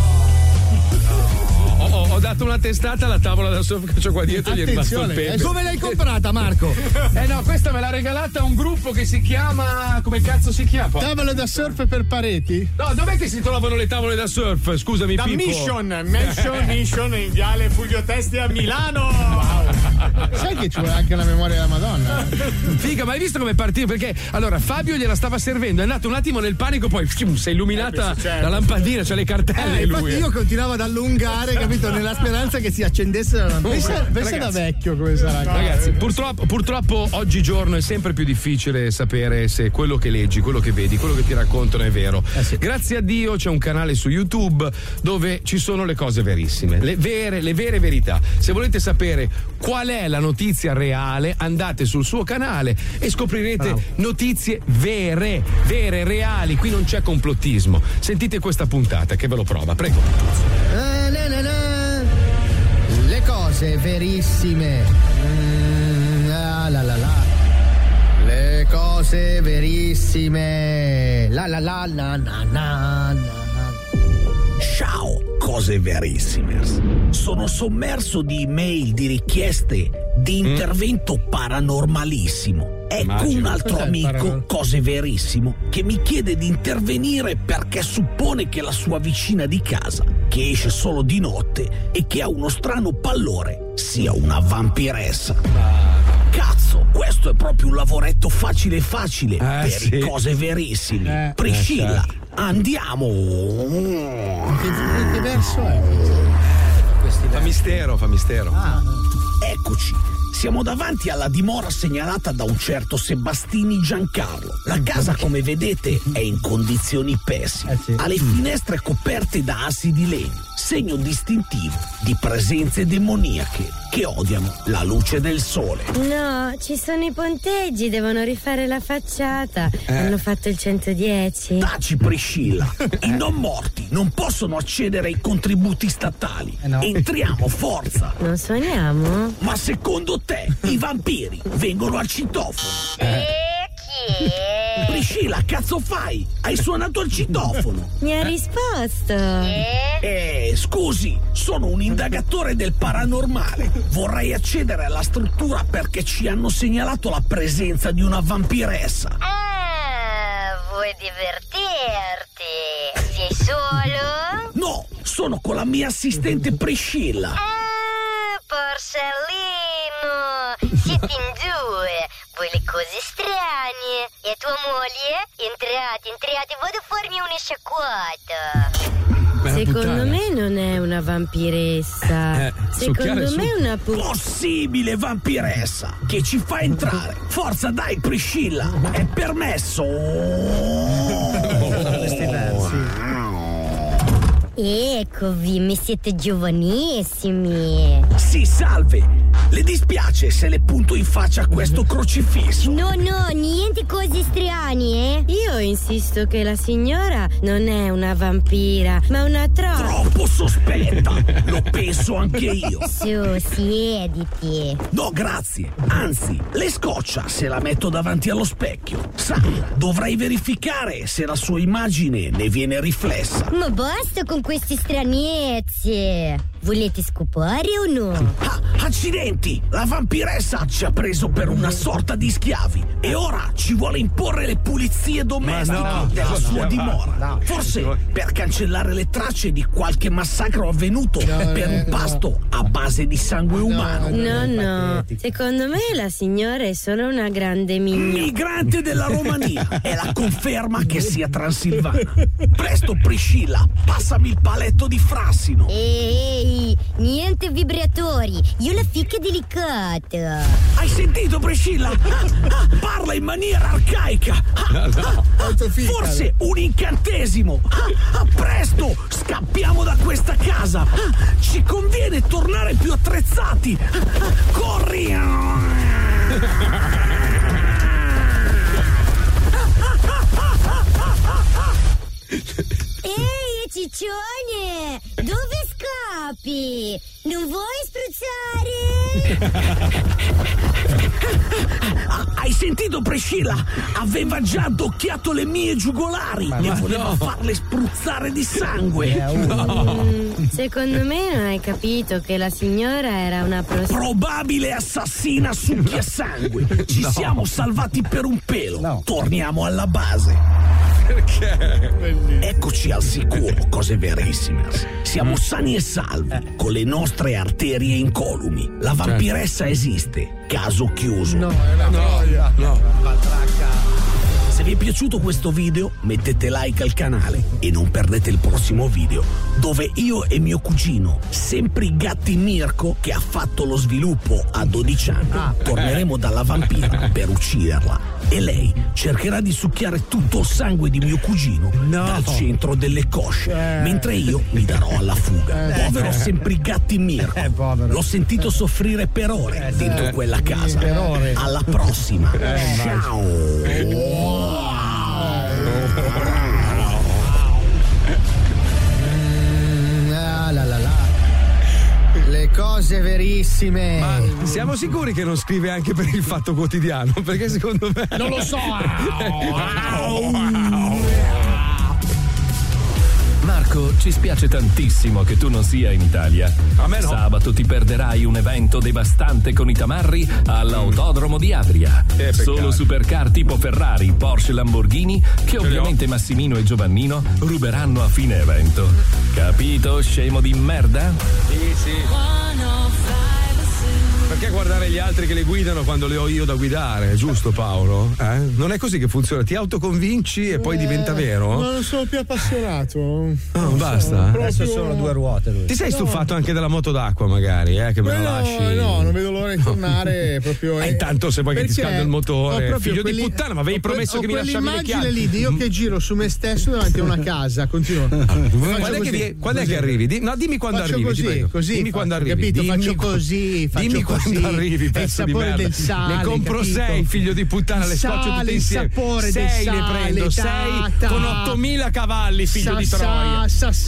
C: Ho dato una testata alla tavola da surf che c'ho qua dietro. Gli è rimasto il pepe.
H: Come l'hai comprata, Marco?
C: No, questa me l'ha regalata un gruppo che si chiama. Come cazzo si chiama?
E: Tavole da surf per pareti?
C: No, dov'è che si trovano le tavole da surf? Scusami,
J: Da
C: Pippo.
J: Mission in viale Fulvio Testi a Milano.
E: Sai che ci vuole anche la memoria della Madonna?
C: Figa, ma hai visto come partire? Perché allora Fabio gliela stava servendo, è andato un attimo nel panico, poi si è illuminata la lampadina, c'è le cartelle.
H: Infatti
C: lui.
H: io continuavo ad allungare, capito? Nella speranza che si accendesse la lampadina.
E: Pensa da vecchio come sarà.
C: Ragazzi, purtroppo oggigiorno è sempre più difficile sapere se quello che leggi, quello che vedi, quello che ti raccontano è vero. Grazie a Dio c'è un canale su YouTube dove ci sono le cose verissime, le vere verità. Se volete sapere qual è la notizia reale, andate sul suo canale e scoprirete notizie vere, reali. Qui non c'è complottismo. Sentite questa puntata che ve lo prova, prego.
H: Le cose verissime. Le cose verissime.
O: Ciao, cose verissime. Sono sommerso di email, di richieste di intervento paranormalissimo. Ecco un altro amico, cose verissimo, che mi chiede di intervenire perché suppone che la sua vicina di casa, che esce solo di notte e che ha uno strano pallore, sia una vampiressa. Cazzo, questo è proprio un lavoretto facile per cose verissime. Priscilla, andiamo.
E: Che verso è?
C: Fa mistero.
O: Eccoci. Siamo davanti alla dimora segnalata da un certo Sebastini Giancarlo. La casa, come vedete, è in condizioni pessime. Ha le finestre coperte da assi di legno, segno distintivo di presenze demoniache che odiano la luce del sole.
L: No, ci sono i ponteggi, devono rifare la facciata. Hanno fatto il 110.
O: Taci, Priscilla. I non morti non possono accedere ai contributi statali. Entriamo, forza.
L: Non suoniamo?
O: Ma secondo te i vampiri vengono al citofono? Priscilla, cazzo fai? Hai suonato il citofono.
L: Mi ha risposto.
O: Scusi, sono un indagatore del paranormale. Vorrei accedere alla struttura perché ci hanno segnalato la presenza di una vampiressa.
L: Vuoi divertirti? Sei solo?
O: No, sono con la mia assistente Priscilla.
L: Porcellino, siete in due, voi le cose strane. E tua moglie? Entrate, vado a farmi una sciacquata. Secondo me non è una vampiressa. Secondo me è una
O: possibile vampiressa che ci fa entrare. Forza, dai, Priscilla, è permesso.
L: Eccovi, mi siete giovanissimi.
O: Sì, salve. Le dispiace se le punto in faccia questo crocifisso?
L: No, niente cose strane, Io insisto che la signora non è una vampira, ma una trolls.
O: Troppo sospetta, lo penso anche io.
L: Su, siediti.
O: No, grazie. Anzi, le scoccia se la metto davanti allo specchio. Sa, dovrei verificare se la sua immagine ne viene riflessa.
L: Ma basta con queste stranezze. volete scopare o no?
K: Accidenti! La vampiressa ci ha preso per una sorta di schiavi e ora ci vuole imporre le pulizie domestiche della sua dimora. Forse per cancellare le tracce di qualche massacro avvenuto per un pasto a base di sangue umano.
L: No, secondo me la signora è solo una grande
K: migrante della Romania. È la conferma che sia transilvana. Presto, Priscilla, passami il paletto di Frassino.
L: Ehi, niente vibratori, io la ficca delicata.
K: Hai sentito, Priscilla? Parla in maniera arcaica. Forse un incantesimo. Presto, scappiamo da questa casa. Ci conviene tornare più attrezzati. Corri!
L: Ehi, ciccione! Dove scappi? Non vuoi spruzzare?
K: Hai sentito, Priscilla? Aveva già addocchiato le mie giugolari e voleva farle spruzzare di sangue.
L: Secondo me non hai capito che la signora era una
K: probabile assassina succhiasangue. Ci siamo salvati per un pelo. Torniamo alla base. Perché? Eccoci al sicuro, cose verissime. Siamo sani e salvi, con le nostre arterie incolumi. La vampiressa esiste, caso chiuso.
E: No, è una troia.
K: Se vi è piaciuto questo video, mettete like al canale e non perdete il prossimo video, dove io e mio cugino, sempre i gatti Mirko, che ha fatto lo sviluppo a 12 anni, torneremo dalla vampira per ucciderla. E lei cercherà di succhiare tutto il sangue di mio cugino dal centro delle cosce, mentre io mi darò alla fuga. Povero sempre i gatti Mirko. L'ho sentito soffrire per ore dentro quella casa. Alla prossima. Ciao.
E: Le cose verissime.
C: Ma siamo sicuri che non scrive anche per il Fatto Quotidiano? Perché secondo me
E: non lo so.
G: Marco, ci spiace tantissimo che tu non sia in Italia.
C: A me no.
G: Sabato ti perderai un evento devastante con i tamarri all'Autodromo di Adria. Solo supercar tipo Ferrari, Porsche, Lamborghini, che ovviamente Massimino e Giovannino ruberanno a fine evento. Capito, scemo di merda?
C: Sì. Perché guardare gli altri che le guidano quando le ho io da guidare, giusto Paolo? Non è così che funziona, ti autoconvinci e poi diventa vero?
E: Ma non sono più appassionato.
C: No, basta.
H: Adesso sono 2 ruote lui.
C: Ti sei stufato anche della moto d'acqua magari, che me la lasci?
E: No, non vedo l'ora di tornare proprio.
C: Intanto se poi che ti scalda il motore, figlio di puttana, ma avevi promesso che mi lasciavi le chiavi.
E: Lì di io che giro su me stesso davanti a una casa, continuo.
C: Quando è che arrivi? No, dimmi quando arrivi.
E: Così.
C: Dimmi quando arrivi.
E: Capito? Faccio così.
C: Dimmi quando arrivi, pezzo di merda.
E: Del sale,
C: ne compro
E: capito?
C: 6, figlio di puttana, le scoccio tutte insieme.
E: Il sapore
C: 6
E: del sale,
C: ne prendo, 6 con 8000 cavalli, figlio di troia.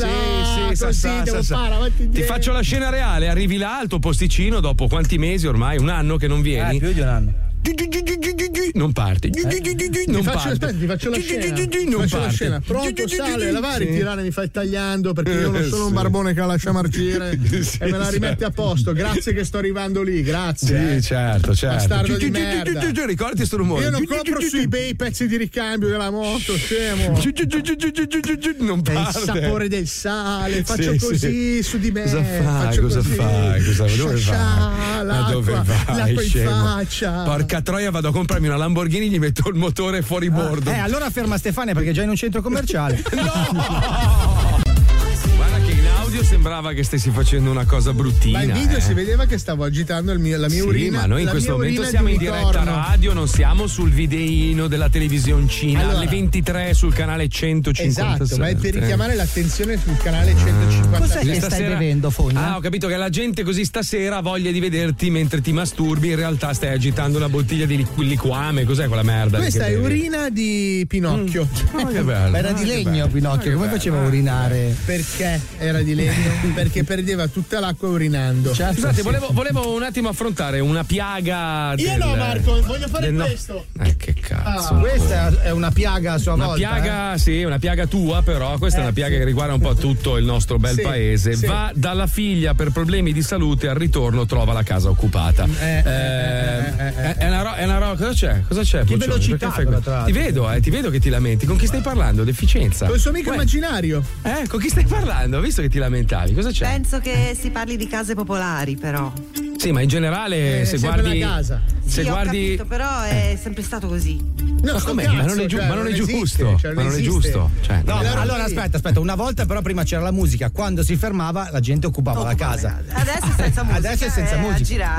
C: Ti faccio la scena reale, arrivi là al tuo posticino dopo quanti mesi ormai? Un anno che non vieni?
H: Più di un anno.
C: Non parti. Non parti.
E: Aspetta, ti faccio la scena. Pronto, sale, lavare, tirare, mi fai tagliando perché io non sono un barbone che la lascia marcire e me la rimette a posto. Grazie che sto arrivando lì, grazie.
C: Sì, certo.
E: Bastardo di merda.
C: Ricordati sto rumore.
E: Io non compro su eBay i pezzi di ricambio della moto, scemo.
C: Non parte.
E: Il sapore del sale, faccio così su di me.
C: Cosa fai? Dove vai?
E: L'acqua in faccia.
C: Porca troia, vado a comprarmi una Lamborghini, gli metto il motore fuori bordo.
H: Allora ferma Stefania perché è già in un centro commerciale.
C: No! Guarda che in audio sembrava che stessi facendo una cosa bruttina.
E: Ma in video si vedeva che stavo agitando la mia urina.
C: Ma noi in questo momento siamo in diretta radio, non siamo sul videino della televisioncina alle 23 sul canale 157.
E: Esatto, ma è per richiamare l'attenzione sul canale 157.
H: Cos'è che stai bevendo, Fogna?
C: Ho capito che la gente così stasera ha voglia di vederti mentre ti masturbi, in realtà stai agitando una bottiglia di liquame, cos'è quella merda?
E: Questa è urina di Pinocchio.
C: Che bello.
H: Ma era di legno Pinocchio, come faceva a urinare?
E: Perché era di legno? perché perdeva tutta l'acqua urinando.
C: Scusate, volevo un attimo affrontare una piaga.
E: Io no, Marco, voglio fare questo.
C: Che cazzo.
H: Questa è una piaga a sua volta.
C: Una piaga, sì, una piaga tua, però questa è una piaga che riguarda un po' tutto il nostro bel paese. Va dalla figlia per problemi di salute, al ritorno trova la casa occupata. È una roba. Cosa c'è?
H: Che velocità,
C: ti vedo che ti lamenti. Con chi stai parlando? Deficienza.
E: Con il suo amico immaginario.
C: Con chi stai parlando? Visto che ti lamentavi, cosa c'è?
D: Penso che si parli di case popolari, però.
C: Sì, ma in generale se guardi
D: una casa.
C: Se
D: sì,
C: guardi
D: ho capito, però è sempre stato così.
E: No,
C: com'è? Ma non è giusto. Ma non è giusto.
H: No, allora aspetta, una volta però prima c'era la musica, quando si fermava la gente occupava la casa.
D: Adesso è senza musica.
H: Adesso è senza musica.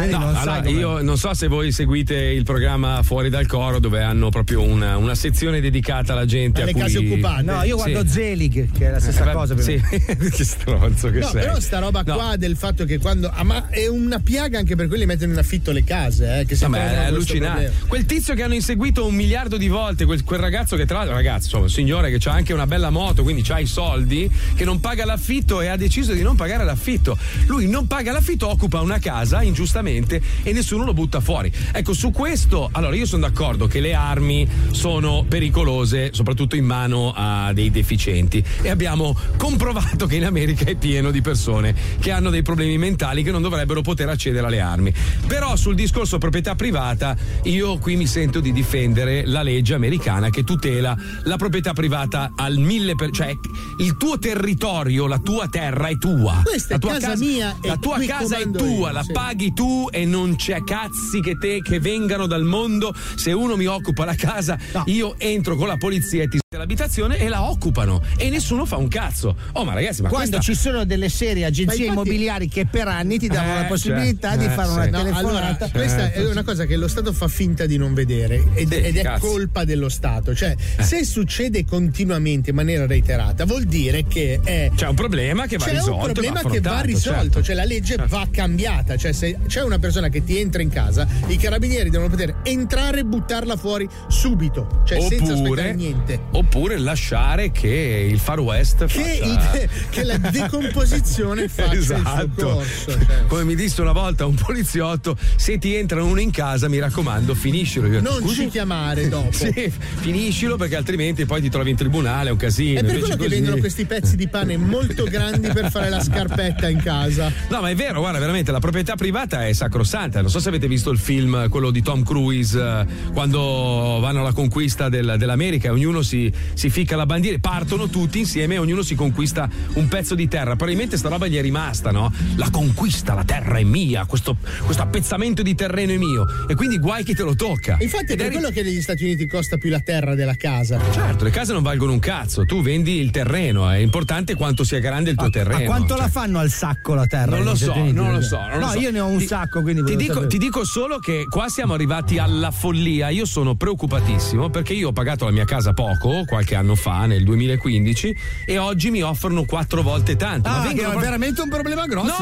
C: Io non so se voi seguite il programma Fuori dal Coro, dove hanno proprio una sezione dedicata alla gente
E: alle case occupate.
H: No, io guardo Zelig, che è la stessa cosa.
C: Sì, che stronzo che sei.
E: Però sta roba qua del fatto che quando ma è una piaga anche per quelli che mettono in affitto le case, che
C: è allucinante. Quel tizio che hanno inseguito 1 miliardo di volte, quel ragazzo che tra l'altro un signore che ha anche una bella moto, quindi c'ha i soldi, che non paga l'affitto e ha deciso di non pagare l'affitto. Lui non paga l'affitto, occupa una casa ingiustamente e nessuno lo butta fuori. Ecco, su questo, allora io sono d'accordo che le armi sono pericolose, soprattutto in mano a dei deficienti, e abbiamo comprovato che in America è pieno di persone che hanno dei problemi mentali che non dovrebbero poter accedere alle armi. Però sul discorso proprietà privata io qui mi sento di difendere la legge americana che tutela la proprietà privata al 1000%, cioè il tuo territorio, la tua terra è tua.
E: Questa
C: la tua
E: è casa mia,
C: la tua casa è tua, la paghi tu e non c'è cazzi che vengano dal mondo. Se uno mi occupa la casa, io entro con la polizia e ti l'abitazione e la occupano e nessuno fa un cazzo. Ma ragazzi, ma
H: quando ci sono delle serie agenzie immobiliari che per anni ti danno la possibilità di fare una telefonata.
E: Allora, questa è una cosa che lo Stato fa finta di non vedere ed è colpa dello Stato. Cioè, se succede continuamente in maniera reiterata, vuol dire che
C: c'è un problema che va risolto.
E: C'è un problema che va risolto, cioè la legge va cambiata. Cioè, se c'è una persona che ti entra in casa, i carabinieri devono poter entrare e buttarla fuori subito, cioè senza aspettare niente.
C: Oppure lasciare che il Far West
E: che la decomposizione faccia il suo corso. Cioè.
C: Come mi disse una volta un poliziotto, se ti entra uno in casa, mi raccomando, finiscilo.
E: Non ci chiamare dopo.
C: Sì, finiscilo, perché altrimenti poi ti trovi in tribunale, è un casino.
E: È per quello che vendono questi pezzi di pane molto grandi per fare la scarpetta in casa.
C: No, ma è vero, guarda, veramente la proprietà privata è sacrosanta. Non so se avete visto il film, quello di Tom Cruise, quando vanno alla conquista dell'America e ognuno si ficca la bandiera, partono tutti insieme e ognuno si conquista un pezzo di terra. Probabilmente sta roba gli è rimasta, no? La conquista, la terra è mia, questo appezzamento di terreno è mio, e quindi guai chi te lo tocca.
E: Infatti è per quello che negli Stati Uniti costa più la terra della casa.
C: Certo, le case non valgono un cazzo, tu vendi il terreno, è importante quanto sia grande il tuo terreno.
H: Ma quanto la fanno al sacco la terra?
C: Non lo so.
H: Io ne ho un sacco, quindi
C: ti dico solo che qua siamo arrivati alla follia. Io sono preoccupatissimo perché io ho pagato la mia casa poco, qualche anno fa, nel 2015, e oggi mi offrono 4 volte tanto. Ma
H: è veramente un problema grosso.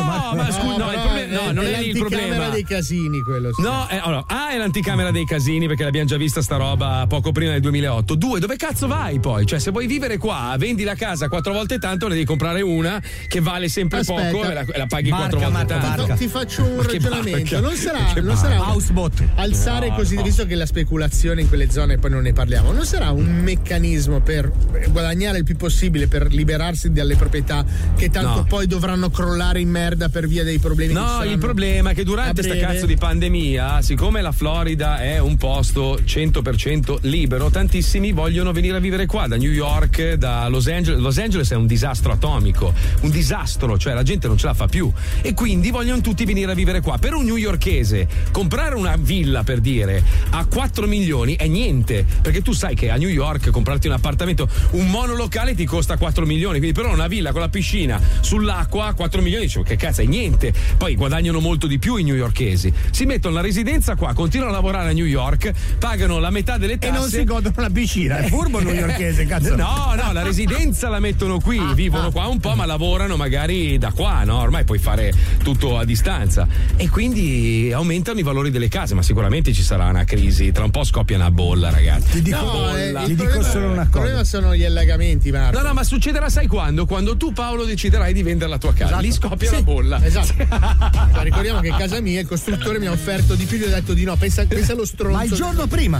E: Non è il problema dei casini quello. Sì.
C: No, allora, è l'anticamera dei casini, perché l'abbiamo già vista sta roba poco prima del 2008. 2, dove cazzo vai poi? Cioè, se vuoi vivere qua, vendi la casa 4 volte tanto, ne devi comprare una che vale sempre poco e la paghi 4 volte tanto.
E: Ti faccio un ragionamento. Non sarà
H: Housebot
E: alzare così, visto che la speculazione in quelle zone, poi non ne parliamo, non sarà un meccanismo per guadagnare il più possibile, per liberarsi dalle proprietà che tanto poi dovranno crollare in merda per via dei problemi?
C: No, il problema è che durante sta cazzo di pandemia, siccome la Florida è un posto 100% libero, tantissimi vogliono venire a vivere qua, da New York, da Los Angeles. Los Angeles è un disastro atomico, un disastro, cioè la gente non ce la fa più, e quindi vogliono tutti venire a vivere qua. Per un newyorkese comprare una villa, per dire, a 4 milioni è niente, perché tu sai che a New York comprarti un appartamento, un monolocale ti costa 4 milioni, quindi però una villa con la piscina sull'acqua 4 milioni, dicevo, che cazzo, è niente. Poi guadagnano molto molto di più i newyorkesi. Si mettono la residenza qua, continuano a lavorare a New York, pagano la metà delle tasse
H: e non si godono la piscina. È furbo il newyorkese, cazzo.
C: No, la residenza la mettono qui, vivono qua un po', ma lavorano magari da qua, no? Ormai puoi fare tutto a distanza e quindi aumentano i valori delle case, ma sicuramente ci sarà una crisi, tra un po' scoppia una bolla, ragazzi.
E: Ti dico solo una cosa. Il problema sono gli allagamenti, Marco.
C: No, ma succederà, sai quando? Quando tu, Paolo, deciderai di vendere la tua casa. Esatto. Lì scoppia la bolla.
E: Esatto. Ma ricordiamo che casa mia il costruttore mi ha offerto di più, gli ho detto di no. Pensa allo stronzo.
H: Ma il giorno prima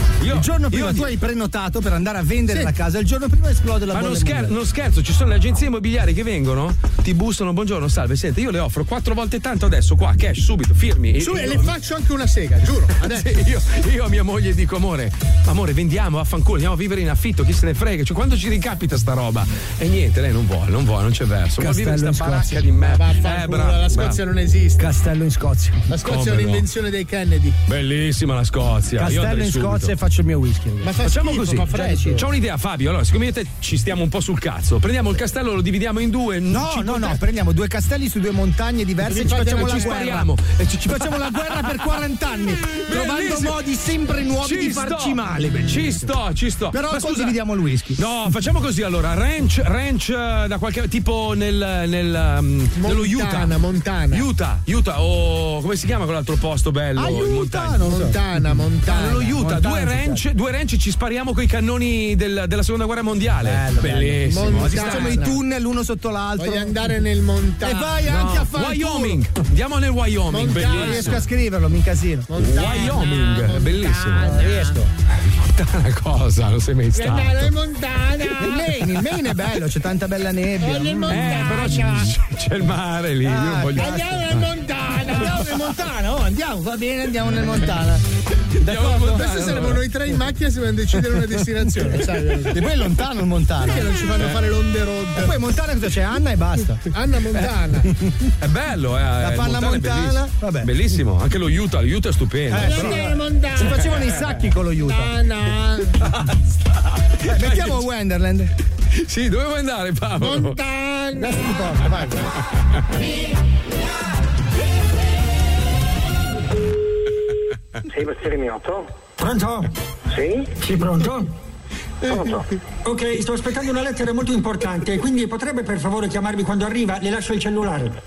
H: tu hai prenotato per andare a vendere la casa, il giorno prima esplode la bolla.
C: Ma non scherzo, ci sono le agenzie immobiliari che vengono, ti bussano, buongiorno, salve, senti, io le offro 4 volte tanto adesso qua, cash, subito, firmi.
E: E le faccio anche una sega, giuro. Adesso.
C: Io a mia moglie dico, amore, vendiamo, vaffanculo, andiamo a vivere in affitto, chi se ne frega, cioè quando ci ricapita sta roba? E niente, lei non vuole, non c'è verso. Vuol vivere sta baracca di merda.
E: La Scozia non esiste.
H: Castello in Scozia.
E: La Scozia è un'invenzione dei Kennedy.
C: Bellissima la Scozia.
H: Castello in Scozia e faccio il mio whisky.
E: Ma
C: facciamo
E: schifo,
C: così.
E: fa freddo.
C: C'ho un'idea, Fabio. Allora, siccome io e te ci stiamo un po' sul cazzo, prendiamo il castello, lo dividiamo in due.
H: No, prendiamo 2 castelli su 2 montagne diverse e ci facciamo la guerra. Ci facciamo la guerra per 40 anni, trovando modi sempre nuovi di farci male.
C: Ci sto.
H: Però così dividiamo il whisky.
C: No, facciamo così allora. Ranch da qualche tipo nello Utah.
E: Montana.
C: Utah o come si chiama quell'altro posto bello?
E: Montana.
C: Nello Utah, due ranch ci spariamo coi cannoni della seconda guerra mondiale. Bellissimo.
H: Facciamo i tunnel uno sotto l'altro.
E: Voglio andare nel Montana.
H: E vai anche a fare
C: Wyoming. Andiamo nel Wyoming.
H: Bellissimo. Non riesco a scriverlo, mi incasino.
C: Wyoming, bellissimo.
H: Riesco.
C: Montana cosa? Non sei mai stato.
E: Montana.
H: Il Maine è bello, c'è tanta bella nebbia.
C: Però c'è il mare lì. Io voglio...
E: Andiamo nel Montana.
H: Andiamo, va bene, andiamo nel Montana.
E: Questi saremo noi 3 in macchina se dobbiamo decidere una destinazione, sai?
H: E poi è lontano il Montana.
E: Perché non ci fanno fare l'onde road?
H: E poi Montana cosa c'è? Anna e basta.
E: Anna Montana.
C: È bello,
H: la panna Montana.
C: Vabbè. Bellissimo. Anche lo Utah è stupendo.
H: Si facevano i sacchi con lo Utah. Mettiamo Wonderland.
C: Sì, dove vuoi andare, Paolo?
E: Montana.
H: Adesso ti porto, vai.
S: Sei Bastiere Miotto?
N: Pronto?
S: Sì?
N: Sì, pronto?
S: Pronto.
N: Ok, sto aspettando una lettera molto importante, quindi potrebbe per favore chiamarmi quando arriva? Le lascio il cellulare.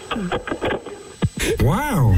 N: Wow!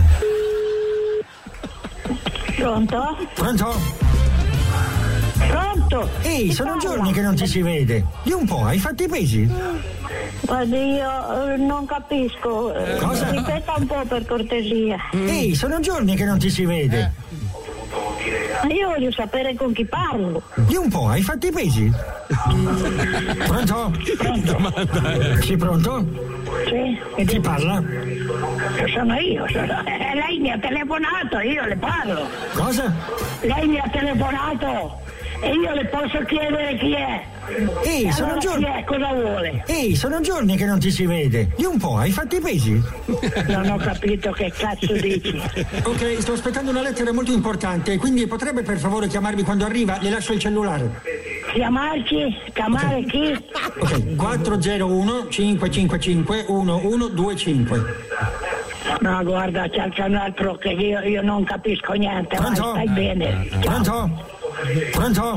I: Pronto?
N: Pronto?
I: Pronto?
N: Ehi, sono giorni che non ti si vede. Di un po', hai fatto i pesi?
I: Guardi, io non capisco.
N: Cosa?
I: Ripeta un po' per cortesia.
N: Ehi, sono giorni che non ti si vede.
I: Io voglio sapere con chi parlo.
N: Di un po', hai fatto i pesi? Pronto?
I: Pronto?
N: Sì, pronto?
I: Sì.
N: Chi parla?
I: Sono io. Lei mi ha telefonato, io le parlo.
N: Cosa?
I: Lei mi ha telefonato e io le posso chiedere chi è.
N: Ehi, sono giorni.
I: Chi è? Cosa vuole?
N: Ehi, sono giorni che non ti si vede. Di un po', hai fatto i pesi?
I: Non ho capito che cazzo dici.
N: Ok, sto aspettando una lettera molto importante, quindi potrebbe per favore chiamarmi quando arriva? Le lascio il cellulare.
I: Chiamarci? Chiamare chi?
N: Ok, 401 555 1125.
I: No, guarda, c'è un altro che io non capisco niente.
N: Pronto?
I: Vai, stai bene.
N: Pronto? Pronto?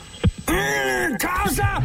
N: Cosa?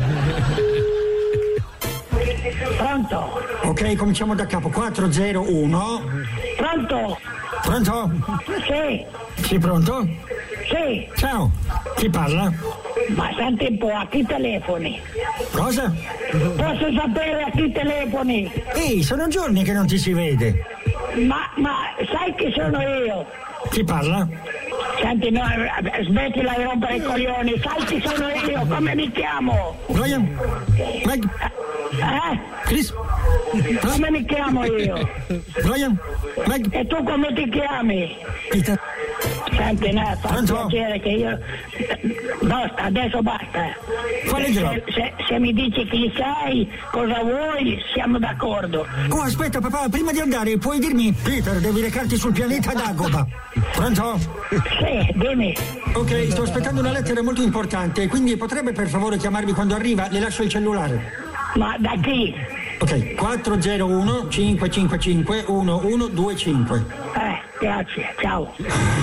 I: Pronto?
N: Ok, cominciamo da capo. 401.
I: Pronto?
N: Pronto?
I: Sì.
N: Sì, pronto?
I: Sì.
N: Ciao. Chi parla?
I: Ma senti un po', a chi telefoni?
N: Cosa?
I: Posso sapere a chi telefoni?
N: Ehi, sono giorni che non ti si vede.
I: Ma sai chi sono io?
N: Chi parla?
I: Senti, no, smettila di rompere i coglioni, sai chi sono io, come mi chiamo?
N: Brian? Meg? Chris?
I: Come mi chiamo io?
N: Brian? Meg?
I: E tu come ti chiami?
N: Peter?
I: Senti, no, fa piacere che io... Basta, adesso basta. Se mi dici chi sei, cosa vuoi, siamo d'accordo.
N: Oh, aspetta papà, prima di andare puoi dirmi, Peter, devi recarti sul pianeta Dagoba. Pronto?
I: Sì, dimmi.
N: Ok, sto aspettando una lettera molto importante, quindi potrebbe per favore chiamarmi quando arriva? Le lascio il cellulare.
I: Ma da chi?
N: Ok, 401 555 1125.
I: Grazie, ciao.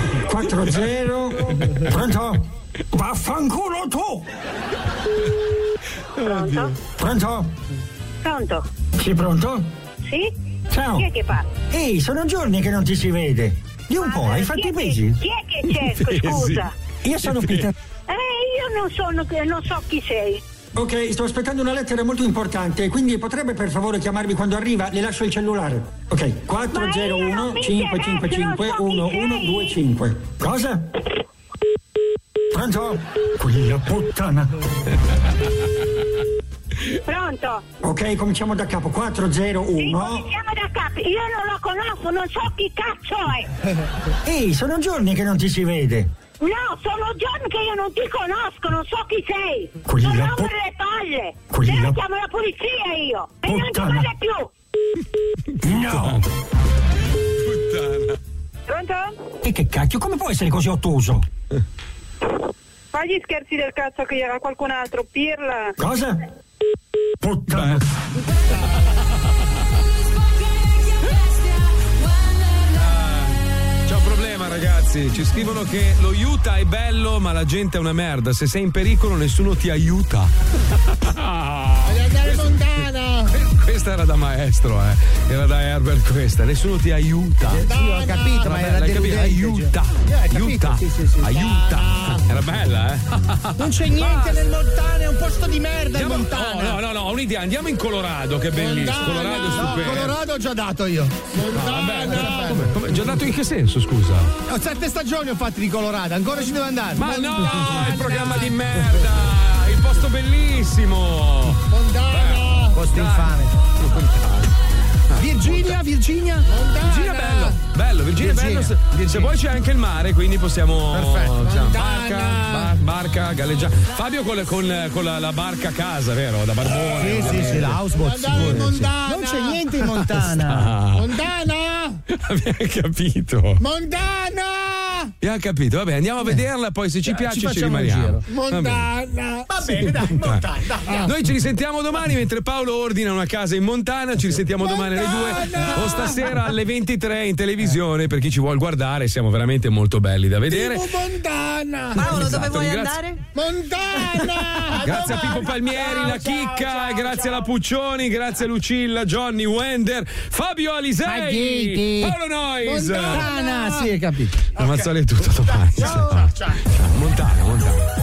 N: 40. Pronto? Vaffanculo tu!
I: Pronto?
N: Pronto?
I: Pronto?
N: Sì, pronto?
I: Sì?
N: Ciao.
I: Chi è che parla?
N: Ehi, sono giorni che non ti si vede. Di un po', hai fatto i pesi?
I: Chi è che c'è? Scusa.
N: Io sono Peter.
I: Io non so chi sei.
N: Ok, sto aspettando una lettera molto importante, quindi potrebbe per favore chiamarmi quando arriva? Le lascio il cellulare. Ok, 401 555 1125. Cosa? Pronto? Quella puttana.
I: Pronto?
N: Ok, cominciamo da capo. 401.
I: Sì, cominciamo da capo. Io non lo conosco, non so chi cazzo è.
N: Ehi, sono giorni che non ti si vede.
I: No, sono giorni che io non ti conosco, non so chi sei.
N: Quella
I: non rompere le palle. Devo chiamare la polizia io. E non ti parla più.
N: No.
I: Puttana. Pronto?
N: E che cacchio, come può essere così ottuso?
P: Fagli scherzi del cazzo che era qualcun altro, pirla.
N: Cosa? Puttana.
C: C'è un problema, ragazzi. Ci scrivono che lo Utah è bello, ma la gente è una merda. Se sei in pericolo, nessuno ti aiuta.
E: Voglio andare lontana.
C: Questa era da maestro, era da Herbert questa. Nessuno ti aiuta.
H: Sì, ho capito, ma era deludente.
C: Aiuta.
H: Aiuta.
C: Aiuta. Era bella,
H: Non c'è niente nel Montana, è un posto di merda il
C: Andiamo,
H: Montana.
C: no, ho un'idea. Andiamo in Colorado, che è bellissimo. Colorado è stupendo.
H: Colorado ho già dato io.
C: Come? Già dato in che senso, scusa?
H: Ho 7 stagioni ho fatto di Colorado, ancora ci devo andare.
C: Ma no, il programma di merda! Il posto bellissimo!
E: Montana!
H: Posto infame. Virginia? Virginia
C: bello, Virginia è bello. Se vuoi c'è anche il mare, quindi possiamo.
H: Perfetto.
C: Barca, galleggiare. Fabio con la barca a casa, vero? Da barbone.
H: Sì, la houseboat. Non c'è niente in Montana.
E: Montana!
C: Abbiamo capito.
E: Montana!
C: Abbiamo capito, vabbè, andiamo a vederla, poi se ci piace ci rimaniamo.
E: Montana!
H: Va bene, dai, Montana. Dai.
C: Noi ci risentiamo domani mentre Paolo ordina una casa in Montana. Ci risentiamo domani alle 2 o stasera alle 23 in televisione. Per chi ci vuol guardare, siamo veramente molto belli da vedere.
E: Montana!
D: Paolo, dove
C: Esatto,
D: vuoi
C: grazie.
D: andare?
E: Montana!
C: Grazie a Pippo Palmieri, la Chicca, grazie alla Puccioni, grazie a Lucilla, Johnny, Wender, Fabio Alisei, Paolo Nois.
H: Montana, sì, hai capito.
C: Ammazzare tutto domani.
H: Ciao.
C: Montana.